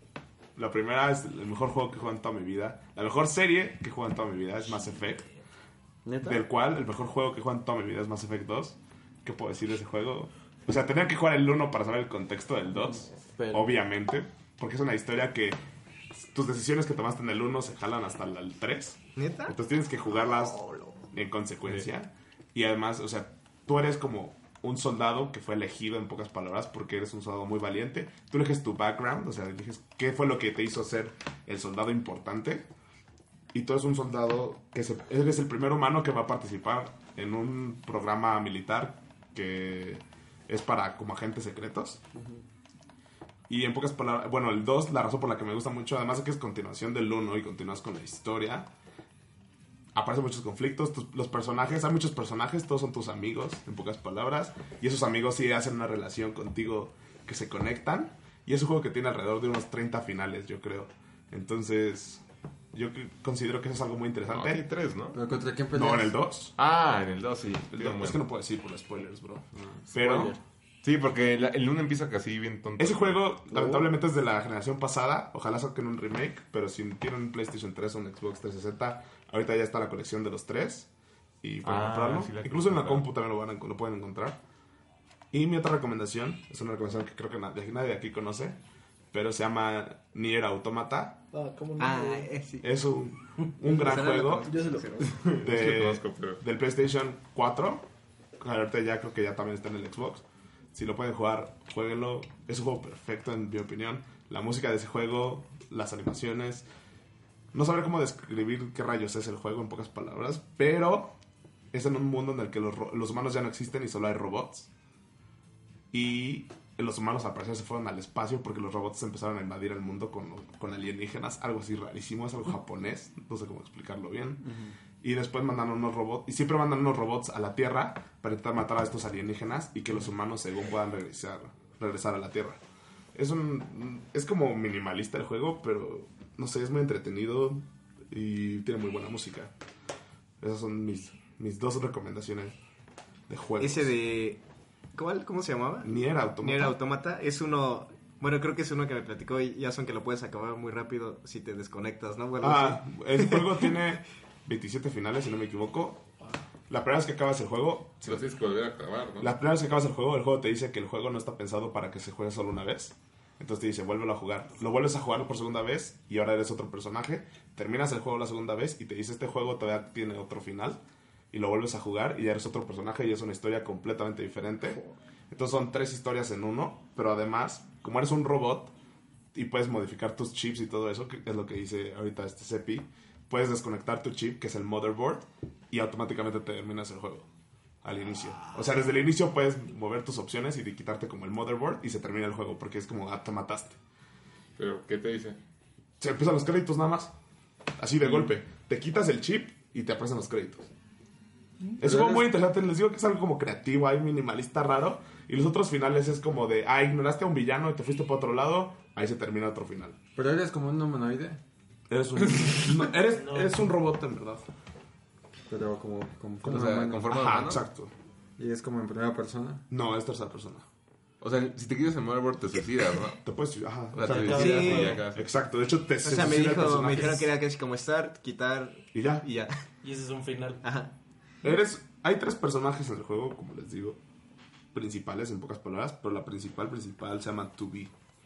La primera es el mejor juego que he jugado en toda mi vida. La mejor serie que he jugado en toda mi vida es Mass Effect. ¿Neta? Del cual el mejor juego que he jugado en toda mi vida es Mass Effect dos. ¿Qué puedo decir de ese juego? O sea, tenía que jugar el uno para saber el contexto del dos. Pero- Obviamente. Porque es una historia que tus decisiones que tomaste en el uno se jalan hasta el tres. ¿Neta? Entonces tienes que jugarlas en consecuencia. Y además, o sea, tú eres como un soldado que fue elegido en pocas palabras porque eres un soldado muy valiente. Tú eliges tu background, o sea, eliges qué fue lo que te hizo ser el soldado importante. Y tú eres un soldado que se, eres el primer humano que va a participar en un programa militar que es para como agentes secretos. Uh-huh. Y en pocas palabras, bueno, el dos, la razón por la que me gusta mucho, además de que es continuación del uno y continúas con la historia, aparecen muchos conflictos, tus, los personajes, hay muchos personajes, todos son tus amigos, en pocas palabras, y esos amigos sí hacen una relación contigo que se conectan, y es un juego que tiene alrededor de unos treinta finales, yo creo. Entonces, yo considero que eso es algo muy interesante. No, hay tres, ¿no? ¿Pero contra quién peleas? No, en el dos. Ah, en el dos, sí. El dos. Es que no puedo decir por los spoilers, bro. No, Pero... spoiler. Sí, porque la, el uno empieza casi bien tonto. Ese juego, lamentablemente, es de la generación pasada. Ojalá saquen un remake, pero si tienen un PlayStation tres o un Xbox trescientos sesenta, ahorita ya está la colección de los tres. Y pueden Ah, comprarlo. sí la Incluso en la quiero compu también lo, van a- lo pueden encontrar. Y mi otra recomendación, es una recomendación que creo que nadie, nadie de aquí conoce, pero se llama Nier Automata. Ah, ¿cómo no? Ah, eh, sí. Es un, un gran Ese no lo juego conozco. Yo se lo de, Sí lo conozco, pero- del PlayStation cuatro. Ahorita ya creo que ya también está en el Xbox. Si lo pueden jugar, jueguenlo. Es un juego perfecto, en mi opinión. La música de ese juego, las animaciones. No sabré cómo describir qué rayos es el juego en pocas palabras, pero es en un mundo en el que los, ro- los humanos ya no existen y solo hay robots. Y los humanos al parecer se fueron al espacio porque los robots empezaron a invadir el mundo con, con alienígenas. Algo así rarísimo, es algo japonés. No sé cómo explicarlo bien. Y después mandan unos robots, y siempre mandan unos robots a la Tierra para intentar matar a estos alienígenas y que los humanos según puedan regresar, regresar a la Tierra. Es un es como minimalista el juego, pero no sé, es muy entretenido y tiene muy buena música. Esas son mis, mis dos recomendaciones de juegos. Ese de... ¿Cuál? ¿Cómo se llamaba? Nier Automata. Nier Automata es uno... Bueno, creo que es uno que me platicó y ya son que lo puedes acabar muy rápido si te desconectas, ¿no? Bueno, Ah, el juego tiene veintisiete finales, si no me equivoco. La primera vez que acabas el juego, Si lo tienes que volver a acabar, ¿no? la primera vez que acabas el juego, el juego te dice que el juego no está pensado para que se juegue solo una vez. Entonces te dice, vuélvelo a jugar. Lo vuelves a jugar por segunda vez y ahora eres otro personaje. Terminas el juego la segunda vez y te dice, este juego todavía tiene otro final. Y lo vuelves a jugar y ya eres otro personaje y es una historia completamente diferente. Entonces son tres historias en uno, pero además, como eres un robot y puedes modificar tus chips y todo eso, que es lo que dice ahorita este Cepi, puedes desconectar tu chip, que es el motherboard, y automáticamente te terminas el juego al inicio. O sea, desde el inicio puedes mover tus opciones y de quitarte como el motherboard y se termina el juego, porque es como, ah, te mataste. Pero, ¿qué te dice? Se empiezan los créditos nada más, así de golpe. Te quitas el chip y te aparecen los créditos. Es un juego muy interesante, les digo que es algo como creativo, hay minimalista raro. Y los otros finales es como de, ah, ignoraste a un villano y te fuiste para otro lado, ahí se termina otro final. Pero eres como un humanoide. Eres un, no, eres, eres un robot en verdad. Pero como, como, como O sea, humano. conforme- Ajá, ¿no? exacto. Y es como en primera persona. No, es tercera persona. O sea, si te quitas el motherboard te suicidas, ¿no? Te puedes, ajá. O sea, te exacto. suicidas Sí. y ya acabas. Exacto, de hecho te o sea, me, suicida el dijo, me personaje. dijeron que era casi como start, quitar Y ya. y ya. Y ese es un final. Ajá. Eres, hay tres personajes en el juego, como les digo, principales en pocas palabras, pero la principal principal se llama two B,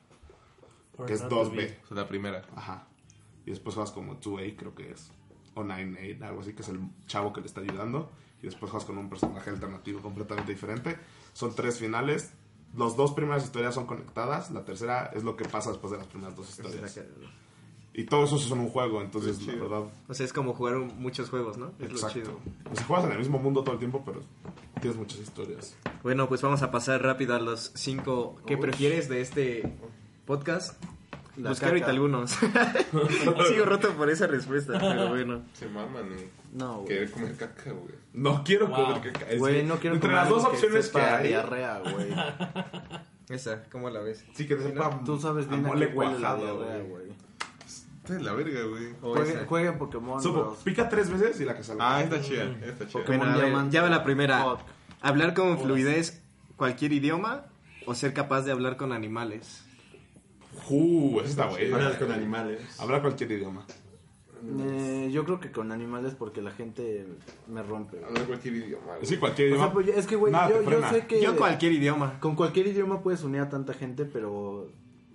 Or que es not dos to B. be. O sea, la primera. Ajá. Y después juegas como two A, creo que es. O nine A, algo así, que es el chavo que le está ayudando. Y después juegas con un personaje alternativo completamente diferente. Son tres finales. Las dos primeras historias son conectadas. La tercera es lo que pasa después de las primeras dos historias. Y todo eso son un juego, entonces Qué la chido. verdad... O sea, es como jugar un- muchos juegos, ¿no? Es lo Exacto. chido. O sea, juegas en el mismo mundo todo el tiempo, pero tienes muchas historias. Bueno, pues vamos a pasar rápido a los cinco que Uy. prefieres de este podcast. La Buscar caca. ahorita algunos. Sigo roto por esa respuesta, pero bueno. Se maman, güey. No, güey. Querer comer caca, güey. No quiero Wow. comer caca. Es Güey, que no quiero entre comer las dos algo opciones que, sepa hay... diarrea, güey. Esa, ¿cómo la ves? Sí, que te sepa... Tú sabes bien a a mole qué huele la cuajado, diarrea, güey. güey. Está de la verga, güey. O Jueguen, esa. jueguen Pokémon, Supo, bros. pica tres veces y la que salga. Ah, está chida. Está chida. Pokémon Bueno, a ver, Diamante. ya va la primera. Fuck. ¿Hablar con fluidez cualquier idioma o ser capaz de hablar con animales? Uh, eso está bueno. Hablas con animales. Habla cualquier idioma. Eh, yo creo que con animales porque la gente me rompe. güey. Hablar cualquier idioma, güey. Sí, cualquier O idioma. sea, pues, es que, güey, Nada te yo, yo frena. sé que Yo cualquier idioma. con cualquier idioma puedes unir a tanta gente, pero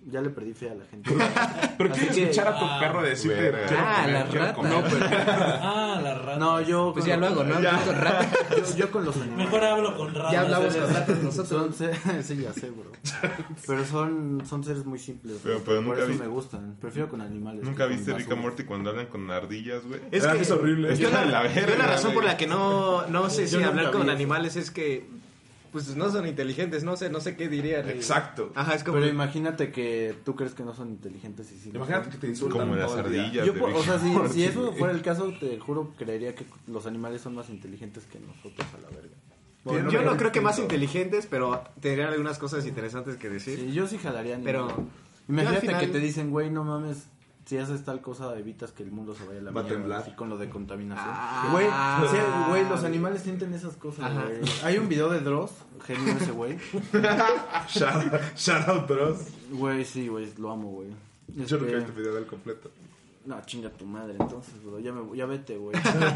Ya le perdí fe a la gente. Pero Así quieres que- escuchar a tu ah, perro decirte. verga. quiero Ah, comer, la quiero rata. comer. No, pero... Ah, la rata. No, yo... Pues con ya lo- luego, ¿no? Ya. Yo con rata. Yo, yo con los animales. Mejor hablo con ratas. Ya hablamos ¿eh? con ratas nosotros. Son se- sí, ya sé, bro. Pero son, son seres muy simples. Pero- bro. pero Por nunca eso vi- me gustan. Prefiero con animales. ¿Nunca que con viste Rick and basura. Morty cuando hablan con ardillas, güey? Es Ah, que es horrible. Yo la, La verga, yo la razón güey. por la que no, no sé Yo si nunca hablar vi con eso. animales es que pues no son inteligentes, no sé, no sé qué dirían. Exacto. Ajá, es como Pero imagínate que tú crees que no son inteligentes y sí. lo Imagínate son. que te insultan. Como las todo el día. ardillas. Yo, de po- Rick o sea, and si, Morty, si eso güey. fuera el caso, te juro, creería que los animales son más inteligentes que nosotros a la verga. Tienen yo no un creo que más instinto. inteligentes, pero tendrían algunas cosas interesantes que decir. Sí, yo sí jalaría Pero animales. yo Imagínate al final- que te dicen, güey, no mames, si haces tal cosa evitas que el mundo se vaya a la Va a mierda, temblar. así con lo de contaminación. Ah. Güey, sí, güey, los animales sienten esas cosas, Ajá. güey. Hay un video de Dross, genio ese güey. Shout, shout out, bros. Güey, sí, güey, lo amo, güey. Yo nunca Este, vi este video del completo. No, chinga tu madre, entonces, bro, ya, me, ya vete, güey.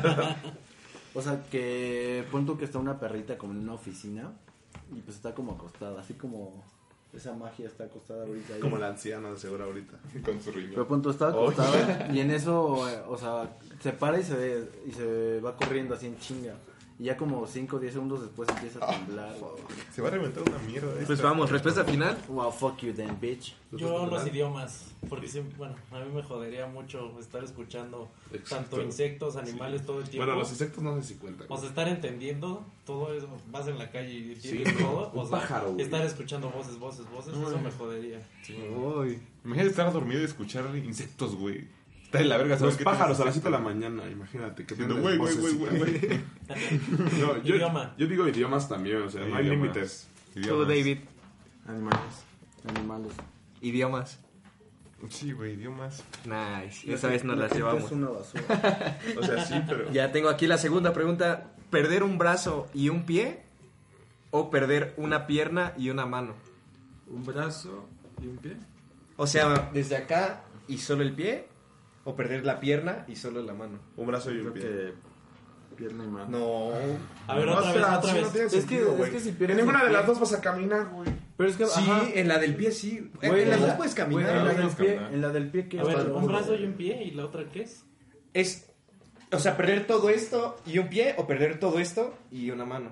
O sea, que pon tú que está una perrita como en una oficina y pues está como acostada, así como esa magia está acostada ahorita ahí. Como la anciana de seguro ahorita. Con su riñón. Pero pon tú estaba acostada y en eso, eh, o sea, se para y se, y se va corriendo así en chinga. Y ya como cinco o diez segundos después empieza a temblar. Se va a reventar una mierda. Pues esta. vamos, respuesta final. Wow, fuck you then, bitch. Yo los idiomas, porque siempre, bueno, a mí me jodería mucho estar escuchando Exacto. tanto insectos, animales todo el tiempo. Bueno, los insectos no sé si cuentan. O sea, estar entendiendo todo eso, vas en la calle y entiendes Sí, todo. un O sea, pájaro, güey. estar escuchando voces, voces, voces, eso me jodería. Uy. Imagínate estar dormido y escuchar insectos, güey. Está de la verga. ¿sabes Los qué pájaros a las tienes? siete de la mañana, imagínate. Que Diciendo, tienen güey, güey, voces güey, y- güey, güey. No, yo, Idioma. yo digo idiomas también, o sea, no hay Idiomas. límites. Tú, Idiomas. David. Animales. Animales. Idiomas. Sí, güey, idiomas. Nice. Esa vez nos La las gente llevamos. Es una basura. O sea, sí, pero... Ya tengo aquí la segunda pregunta. ¿Perder un brazo y un pie? ¿O perder una pierna y una mano? Un brazo y un pie. O sea, desde acá y solo el pie. ¿O perder la pierna y solo la mano? Un brazo y un Creo pie. que pierna y mano. No. A ver, No, otra vez, espera, otra sí, vez. no tiene Es que- sentido, es güey. que si En pierdes ninguna el de las pie- dos vas a caminar, güey. Pero es que, Sí, ajá, en la del pie sí. güey, en las la- dos puedes güey, caminar. en, la ¿no? del Puedes pie, caminar. en la del pie que A ver, está un rojo, brazo güey. y un pie y la otra ¿qué es? Es, o sea, perder todo esto y un pie o perder todo esto y una mano.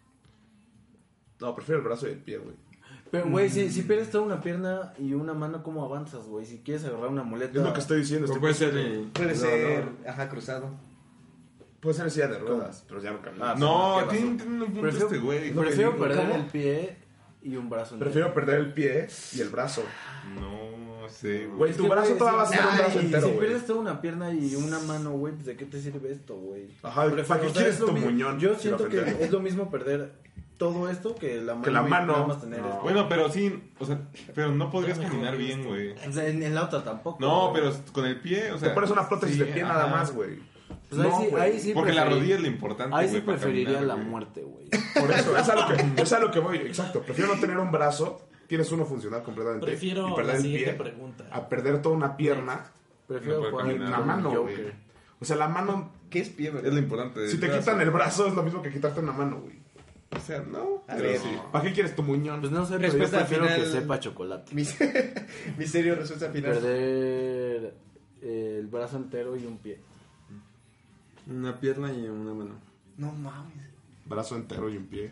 No, prefiero el brazo y el pie, güey. Pero, güey, si, si pierdes toda una pierna y una mano, ¿cómo avanzas, güey? Si quieres agarrar una muleta... Es lo que estoy diciendo. O Estoy puede ser pensando- el- Puede no, ser, no. ajá, cruzado. Puede ser en silla de ruedas, pero ya no camina. Ah, No, ¿qué tiene, pasó? tiene un punto Prefiero, este güey. prefiero Porque- perder ¿Cómo? el pie y un brazo. entero. Prefiero perder el pie y el brazo. No sé, güey. Güey, Es tu que, brazo güey, todavía va a si- ser un ay, brazo entero, Si güey. pierdes toda una pierna y una mano, güey, pues ¿de qué te sirve esto, güey? Ajá, Prefiero- ¿para qué o sea, quieres es lo tu mi- muñón Yo sin siento que ofender? es lo mismo perder todo esto que la mano. Que la y mano. nada más tener No. esto. Bueno, pero sí, o sea, pero no podrías Ya me caminar jodiste. bien, güey. O sea, en, en la otra tampoco. No, güey. pero con el pie, o sea. Te pones una prótesis sí, de pie nada ajá. más, güey. Pues ahí No, sí, güey. ahí sí Porque la preferi- rodilla es lo importante, Ahí güey, sí para preferiría caminar, la güey. muerte, güey. Por eso, es a lo que, es a lo que voy. Exacto. Prefiero no tener un brazo, tienes uno funcional completamente. Prefiero y perder la el siguiente pie, pregunta. a perder toda una pierna Prefiero No puede jugar caminar. la con mano, Joker. güey. O sea, la mano, ¿Qué es pie, Es lo importante. si te del quitan brazo. el brazo, es lo mismo que quitarte una mano, güey. O sea, no. A pero ver. sí. ¿Para qué quieres tu muñón? Pues no sé, pero yo Respuesta prefiero final. que sepa chocolate. Mi, mi serio resulta final. Perder eh, el brazo entero y un pie. Una pierna y una mano. No mames. Brazo entero y un pie.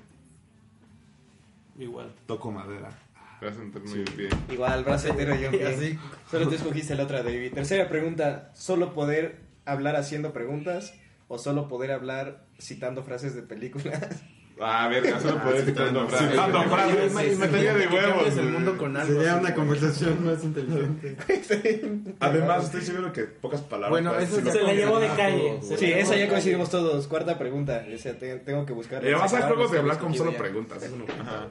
Igual. Toco madera. Brazo entero y el pie. Igual, brazo entero y un pie. Así. Solo tú escogiste la otra, David. Tercera pregunta. ¿Solo poder hablar haciendo preguntas o solo poder hablar citando frases de películas? Ah, verga, solo poder citando frases. Citando güey. frases. Sí, sí, sí, Imagínate tenía de que huevos, cambies el güey. mundo con algo. Sería así. una conversación más inteligente. Además, estoy seguro que pocas palabras. Bueno, puedes eso decir Se lo la que- llevó de Ah, calle. todo, se Sí, la llevó esa de ya calle. coincidimos todos. Cuarta pregunta. O sea, te- tengo que buscar. Eh, vas a ver juegos de Cada hablar vez con que solo escogí ya. preguntas. Eso no Ajá.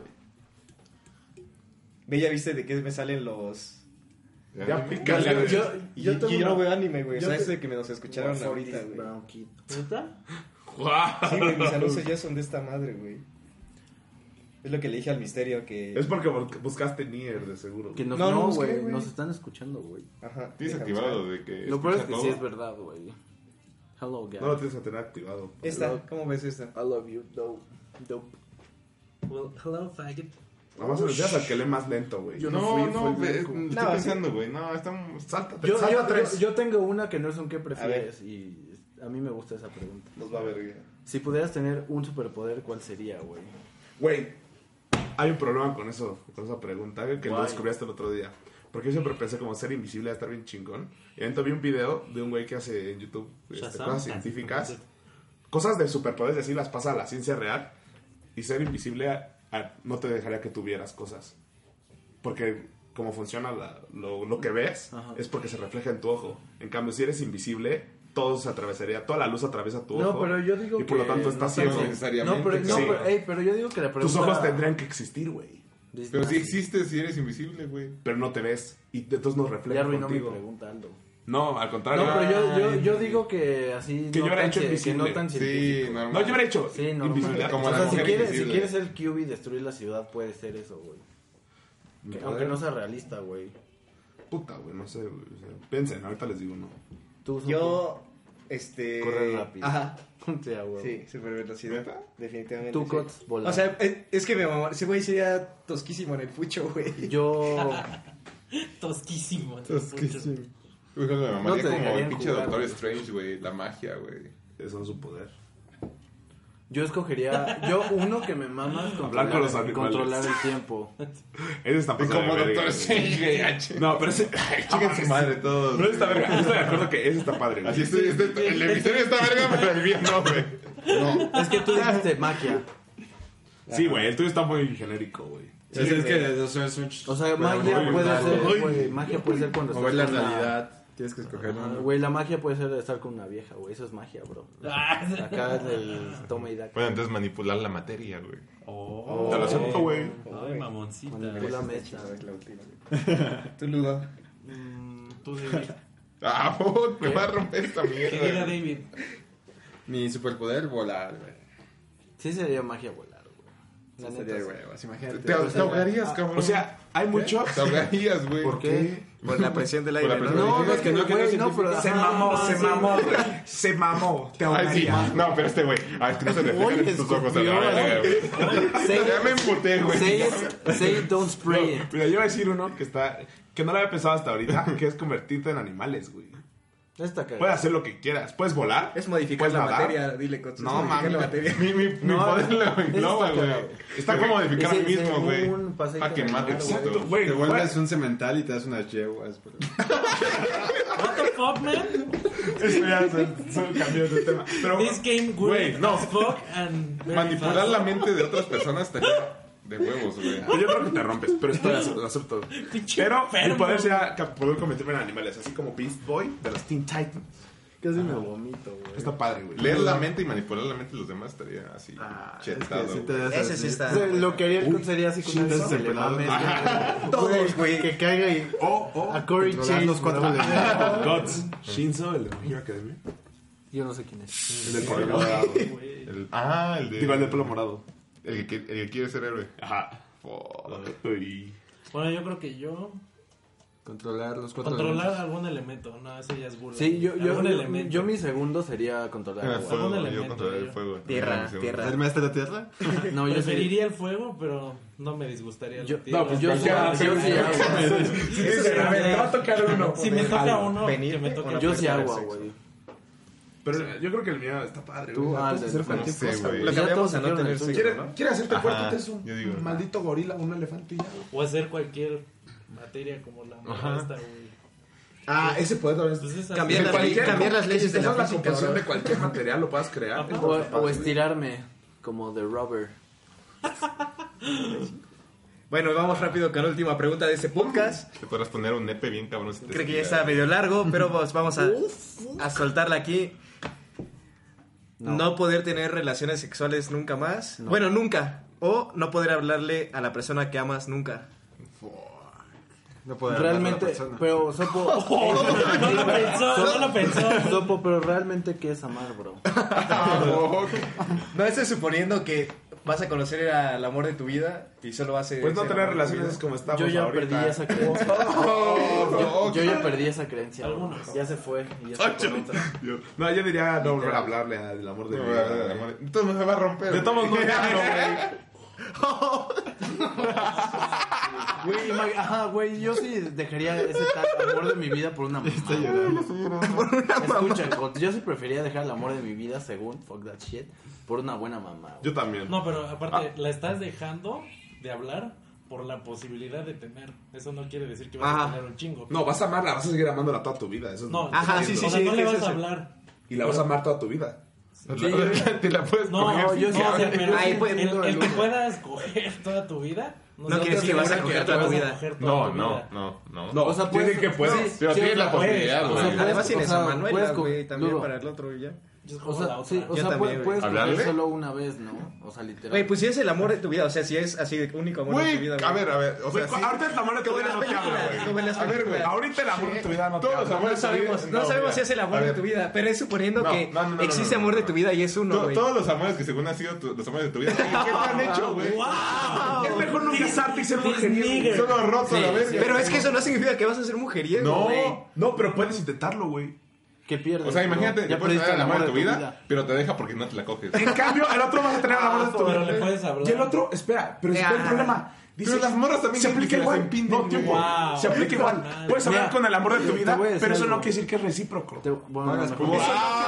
Ve, ya viste de qué me salen los... Ya pícale. Yo, yo, Y yo yo, tengo yo no una- veo anime, güey. O yo sea, te- ese que me nos escucharon What's up, ahorita, this güey. brown kid? ¿Neta? Sí, güey, mis anuncios ya son de esta madre, güey. Es lo que le dije al misterio que... Es porque bu- buscaste Nier, de seguro. Que nos, No, no no, busqué, güey, güey. nos están escuchando, güey. Ajá. Tienes deja activado buscar. lo de que. Lo peor es que escucha sí todo. es verdad, güey. Hello, guys. No lo tienes que tener activado. Esta, ¿cómo ves esta? I love you, dope. Dope. Well, hello, faggot. Vamos a los al que lee más lento, güey. Yo No, no fui, no, fue el ve- blanco. estoy No, pensando, güey. No, estamos... Sáltate, Yo, salta yo, tres. yo, yo tengo una que no es un qué prefieres y a mí me gusta esa pregunta. Nos va a ver. Si pudieras tener un superpoder, ¿cuál sería, güey? Güey, hay un problema con eso, con esa pregunta, que lo Guay. descubrí hasta el otro día. Porque yo siempre pensé como ser invisible, a estar bien chingón. Y entonces vi un video de un güey que hace en YouTube este, Shazam. cosas científicas. Cosas de superpoderes, así las pasa a la ciencia real. Y ser invisible a- a- no te dejaría que tuvieras cosas. Porque como funciona la- lo, lo que ves, Ajá. es porque se refleja en tu ojo. En cambio, si eres invisible, todo se atravesaría, toda la luz atraviesa tu No, ojo. pero yo digo y por lo que tanto no estás tanto. ciego. necesariamente. No, pero, no, Sí. pero, ey, pero yo digo que la pregunta... Tus ojos tendrían que existir, güey. Pero sí existes si eres invisible, güey. Pero no te ves. Y entonces nos Ya refleja arruinó mi contigo. pregunta, Aldo. No, al contrario. No, pero yo, yo, yo digo que así... Que no yo hubiera tan hecho ci- invisible. Que no tan Sí, científico. normal. No, yo hubiera hecho Sí, normal. invisibilidad. Como o la sea, si mujer quieres, si invisible. quieres ser Q B y destruir la ciudad, puede ser eso, güey. Que- Poder. Aunque no sea realista, güey. Puta, güey, no sé, güey. o sea, piensen, ahorita les digo, no. Tú, Sopo, Yo, este... Correr rápido. Ajá. Sí, a huevo. Sí, super velocidad. Definitivamente. Tú, sí. Cots, volar. O sea, es, es que me mamó. Ese güey sería tosquísimo en el pucho, güey. Yo... Tosquísimo. Tosquísimo. Güey, me No mamaría te como el dejarían pinche jugar, Doctor güey. Strange, güey. La magia, güey. Eso es su poder. Yo escogería... Yo, uno que me mama es Hablar con los controlar, animales. controlar el tiempo. Ese está pasado Como de verga, Doctor güey. Strange, güey. ah, ch- No, pero ese... Chiquen su madre todos. Pero ese está verga. Yo estoy de acuerdo que ese está padre, güey. Así estoy, estoy- el episodio está verga, pero el bien no, güey. No, es que tú dijiste magia. Sí, güey, el tuyo está muy genérico, güey. Sí, es que de dos es un... O sea, Bueno, magia muy puede brutal, ser... güey. güey, magia puede ser cuando Mover la con una- realidad. Tienes que escoger Ah, uno. Güey, la magia puede ser de estar con una vieja, güey. Eso es magia, bro. Ah, Acá es el toma y daca. Bueno, entonces manipular la materia, güey. Oh. Te lo acepto, güey. Ay, mamoncita. Manipúlame esta. Tú, Ludo. Mm, Tú, David. Ah, puta, me va a romper esta ¿Qué diga mierda. David? Mi superpoder, volar, güey. Sí sería magia volar, güey. La Sí, neta, sería, sí. güey. Así, imagínate. Te, te ahogarías, cabrón. O sea, hay mucho... te ahogarías, güey. ¿Por qué? Por la presión del aire, la ¿no? presión. No, Dijimos no, que no, que no güey, no, pero... Se ajá, mamó, se sí. mamó, güey. Se mamó. Te Ay, sí. ahogaría. No, pero este güey. Ay, que no se reflejan Oye, en tus ojos a la escorpión. verga, güey. Say Ya me emputé, güey. Say it, say it, don't spray it. Mira, yo voy a decir uno que está... Que no lo había pensado hasta ahorita, que es convertirte en animales, güey. Esta Puedes cagada. hacer lo que quieras. Puedes volar. Es modificar puedes la nadar. materia, dile, Cots. es No, modificar mami. la materia. Mi, mi, mi No, poder lo eso engloba, está güey. cagado. Está como modificar a mí Ese- mismo, güey. un paseíto Para que en el mate mar, güey. Exacto, puto. güey. Te güey. vuelves un cemental y te das unas yeguas, bro. What the fuck, man? Eso ya son, son cambios de tema. Pero, This game güey, good no. as fuck and very Manipular fast. la mente de otras personas estaría de huevos, güey. Yo creo que te rompes, pero esto lo lo acepto. Pinche Pero mi enfermo. poder sería ca- poder convertirme en animales, así como Beast Boy de los Teen Titans. Casi me vomito, güey. Está padre, güey. Leer la mente y manipular la mente de los demás estaría así Ah, es que chetado. sí te güey. das Ese así. sí está. O sea, lo que haría el Cots sería así con Shinzo eso. se Que le pelado. mames, Ajá. güey. Todos, güey. Que caiga y... O, o, A Corey Controlar Chase. los cuatro bro. elementos. Gods. Shinzo, el de My Hero Academia. Yo no sé quién es. El del pelo morado. El- ah, el de... Digo, el del pelo morado. El que, el que quiere ser héroe. Ajá. Fuck. Uy. Bueno, yo creo que yo... Controlar los cuatro Controlar elementos. algún elemento. No, eso ya es burla. Sí, yo, yo, Algún yo, elemento. yo mi segundo sería controlar El agua. fuego, algún yo elemento, controlar el yo. fuego. Tierra, Sí, tierra. ¿El maestro de la tierra? No, yo sería... Preferiría el fuego, pero no me disgustaría el Yo, tierra. no, pues yo, yo, Ya, yo sí, sí agua. Eso sí, A ver, te va a tocar uno. Si me toca uno, Venir, que me toque una uno. Yo sí Tener agua, sexo. güey. Pero yo creo que el mío está padre, Tú, güey. ah, Puedes del- hacer No cualquier sé, cosa, güey. Lo Ya cambiamos todos a no dijeron tener el sexo, ¿Quiere, ¿no? quiere hacerte Ajá, fuerte, te es un yo digo. maldito gorila, un elefante y ya. O hacer cualquier materia como la Ajá. esta, güey. Ah, ese poder también Pues esa- Cambiar de las cualquier- leyes- cambiar las leyes de la física, composición bro. de cualquier material lo puedas crear. Ajá. O, o estirarme, como de rubber. Bueno, vamos rápido con la última pregunta de este podcast. Te podrás poner un nepe bien cabrón. si te Creo que ya estiras. está medio largo, pero pues vamos a, a soltarla aquí. No. poder tener relaciones sexuales nunca más. No. Bueno, nunca. O no poder hablarle a la persona que amas nunca. No puedo hablar a la Realmente, persona. pero Sopo... No lo pensó, no lo pensó. Sopo, pero realmente, ¿qué es amar, bro? No, estoy suponiendo que vas a conocer al amor de tu vida y solo vas a... Pues no ser tener amor de tu relaciones vida. es como estamos Yo ya ahorita. perdí esa creencia. Oh, Yo ya perdí esa creencia. bro. Algunos. Ya se fue. Y ya está con otra. Yo- No, yo diría no volver a hablarle al amor de mi vida. Entonces me va a romper. De todos modos, no le hablo, güey. Güey, ima- ajá, güey, yo sí dejaría ese tal amor de mi vida por una mamá. Estoy llorando, estoy llorando. Por una Escucha, Joto, yo sí prefería dejar el amor de mi vida, según fuck that shit, por una buena mamá. güey. Yo también. No, pero aparte, la estás dejando de hablar por la posibilidad de tener. Eso no quiere decir que vas Ajá. a tener un chingo. No, vas a amarla, vas a seguir amándola toda tu vida. Eso es No, Ajá, o sí, sea, sí, sí, no le es vas eso. a hablar. Y la vas a amar toda tu vida. Te la puedes No, coger no, sin yo sí, que o sea, hable. pero Ahí el, puede- el, el que puedas coger toda tu vida. No sé, quiere decir que vas a coger que toda tu vas a vida. coger toda No, tu no, vida. no, no. No, O sea, dicen puedes- que puedes. sí, Pero sí, tienes o la sea, posibilidad, puedes, güey. o sea, Además puedes- tienes o sea, a Manuela, puedes co- güey, también Ludo. para el otro y ya. Yo O escojo la sea, otra. sí, o Yo sea, también, puedes, güey. puedes ¿Hablarle? coger solo una vez, ¿no? O sea, literal. Güey, pues si es el amor de tu vida, o sea, si es así de único amor de tu Güey, vida. a ver, a ver, o sea, Güey, sí. ahorita el amor de tu Como en vida las no te habla, películas, güey. como en las A ver, películas. güey. Ahorita el amor de tu vida no te Todos los habla. amores No de tu vida- sabemos, no sabemos si es el amor A de ver. tu vida, pero es suponiendo No, que no, no, no, existe no, no, amor no, de no. tu vida y es uno, To- güey. Todos los amores que según han sido tu- los amores de tu vida, ¿qué te han hecho, güey? Es mejor no casarte y ser mujeriego. Son los rotos a la verga. Pero es que eso no significa que vas a ser mujeriego, güey. No, No, pero puedes intentarlo, güey. ¿Qué pierdes? o sea, imagínate, bro? ya puedes perdiste tener el amor de tu vida, pero te deja porque no te la coges. En cambio, el otro vas a tener el amor de tu Pero vida. le puedes hablar. Y el otro, espera, pero espera el Ah. problema. Dice, Pero las morras también se quieren aplica que las igual. empinden, No, tiempo. Wow. Se aplica igual. Madre. Puedes hablar Mira, con el amor de tu te vida, voy a decir pero eso algo. no quiere decir que es recíproco. Te- bueno, Hagas mejor- como-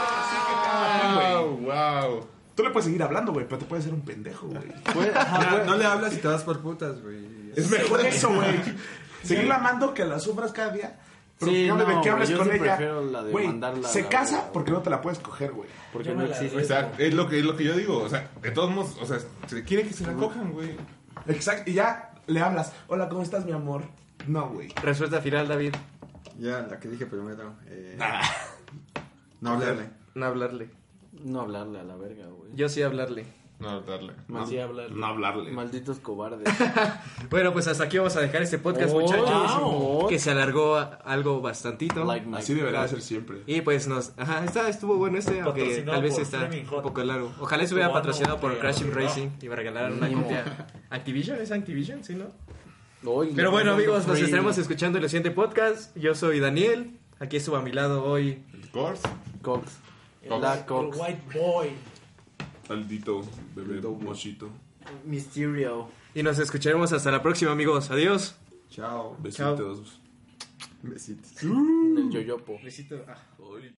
Wow, wow. Tú le puedes seguir hablando, güey, pero te puedes hacer un pendejo, güey. Puede- ajá, Ya, puede- no le hablas y te vas por putas, güey. Es mejor eso, güey. Seguirla amando que la sufras cada día. Pero Sí, que hable de no, que hables güey, yo con sí ella. prefiero la de Güey, mandarla a se la casa verga, porque no te la puedes coger, güey. porque Yo no me la existe. O sea, es lo que, es lo que yo digo. O sea, de todos modos, o sea, se quiere que se la cojan, güey. Exacto. Y ya le hablas. Hola, ¿cómo estás, mi amor? No, güey. Respuesta final, David. Ya, la que dije primero. Eh, Ah. no hablarle. No hablarle. No hablarle a la verga, güey. Yo sí hablarle. No, darle. Así hablar. No hablarle. Malditos cobardes. Bueno, pues hasta aquí vamos a dejar este podcast, Oh, muchachos. wow. Que se alargó a- algo bastantito. Like Mike. Así debería ser siempre. Y pues nos... Ajá, está, estuvo bueno este, aunque Patrocinado tal vez por está Flaming Hot. un poco largo. Ojalá estuviera Cubano, patrocinado por que- Crashing no. Racing y me regalaran una Mínimo. copia. ¿Activision? ¿Es Activision? Sí, ¿no? Hoy Pero le bueno, estoy amigos, dando nos free. estaremos escuchando en el siguiente podcast. Yo soy Daniel. Aquí estuvo a mi lado hoy. Of course. Cox. El, La el Cox. white boy. Maldito bebé mochito. Mysterio. Y nos escucharemos hasta la próxima, amigos. Adiós. Chao. Besitos. Besitos. El yoyopo. Besito. Ah.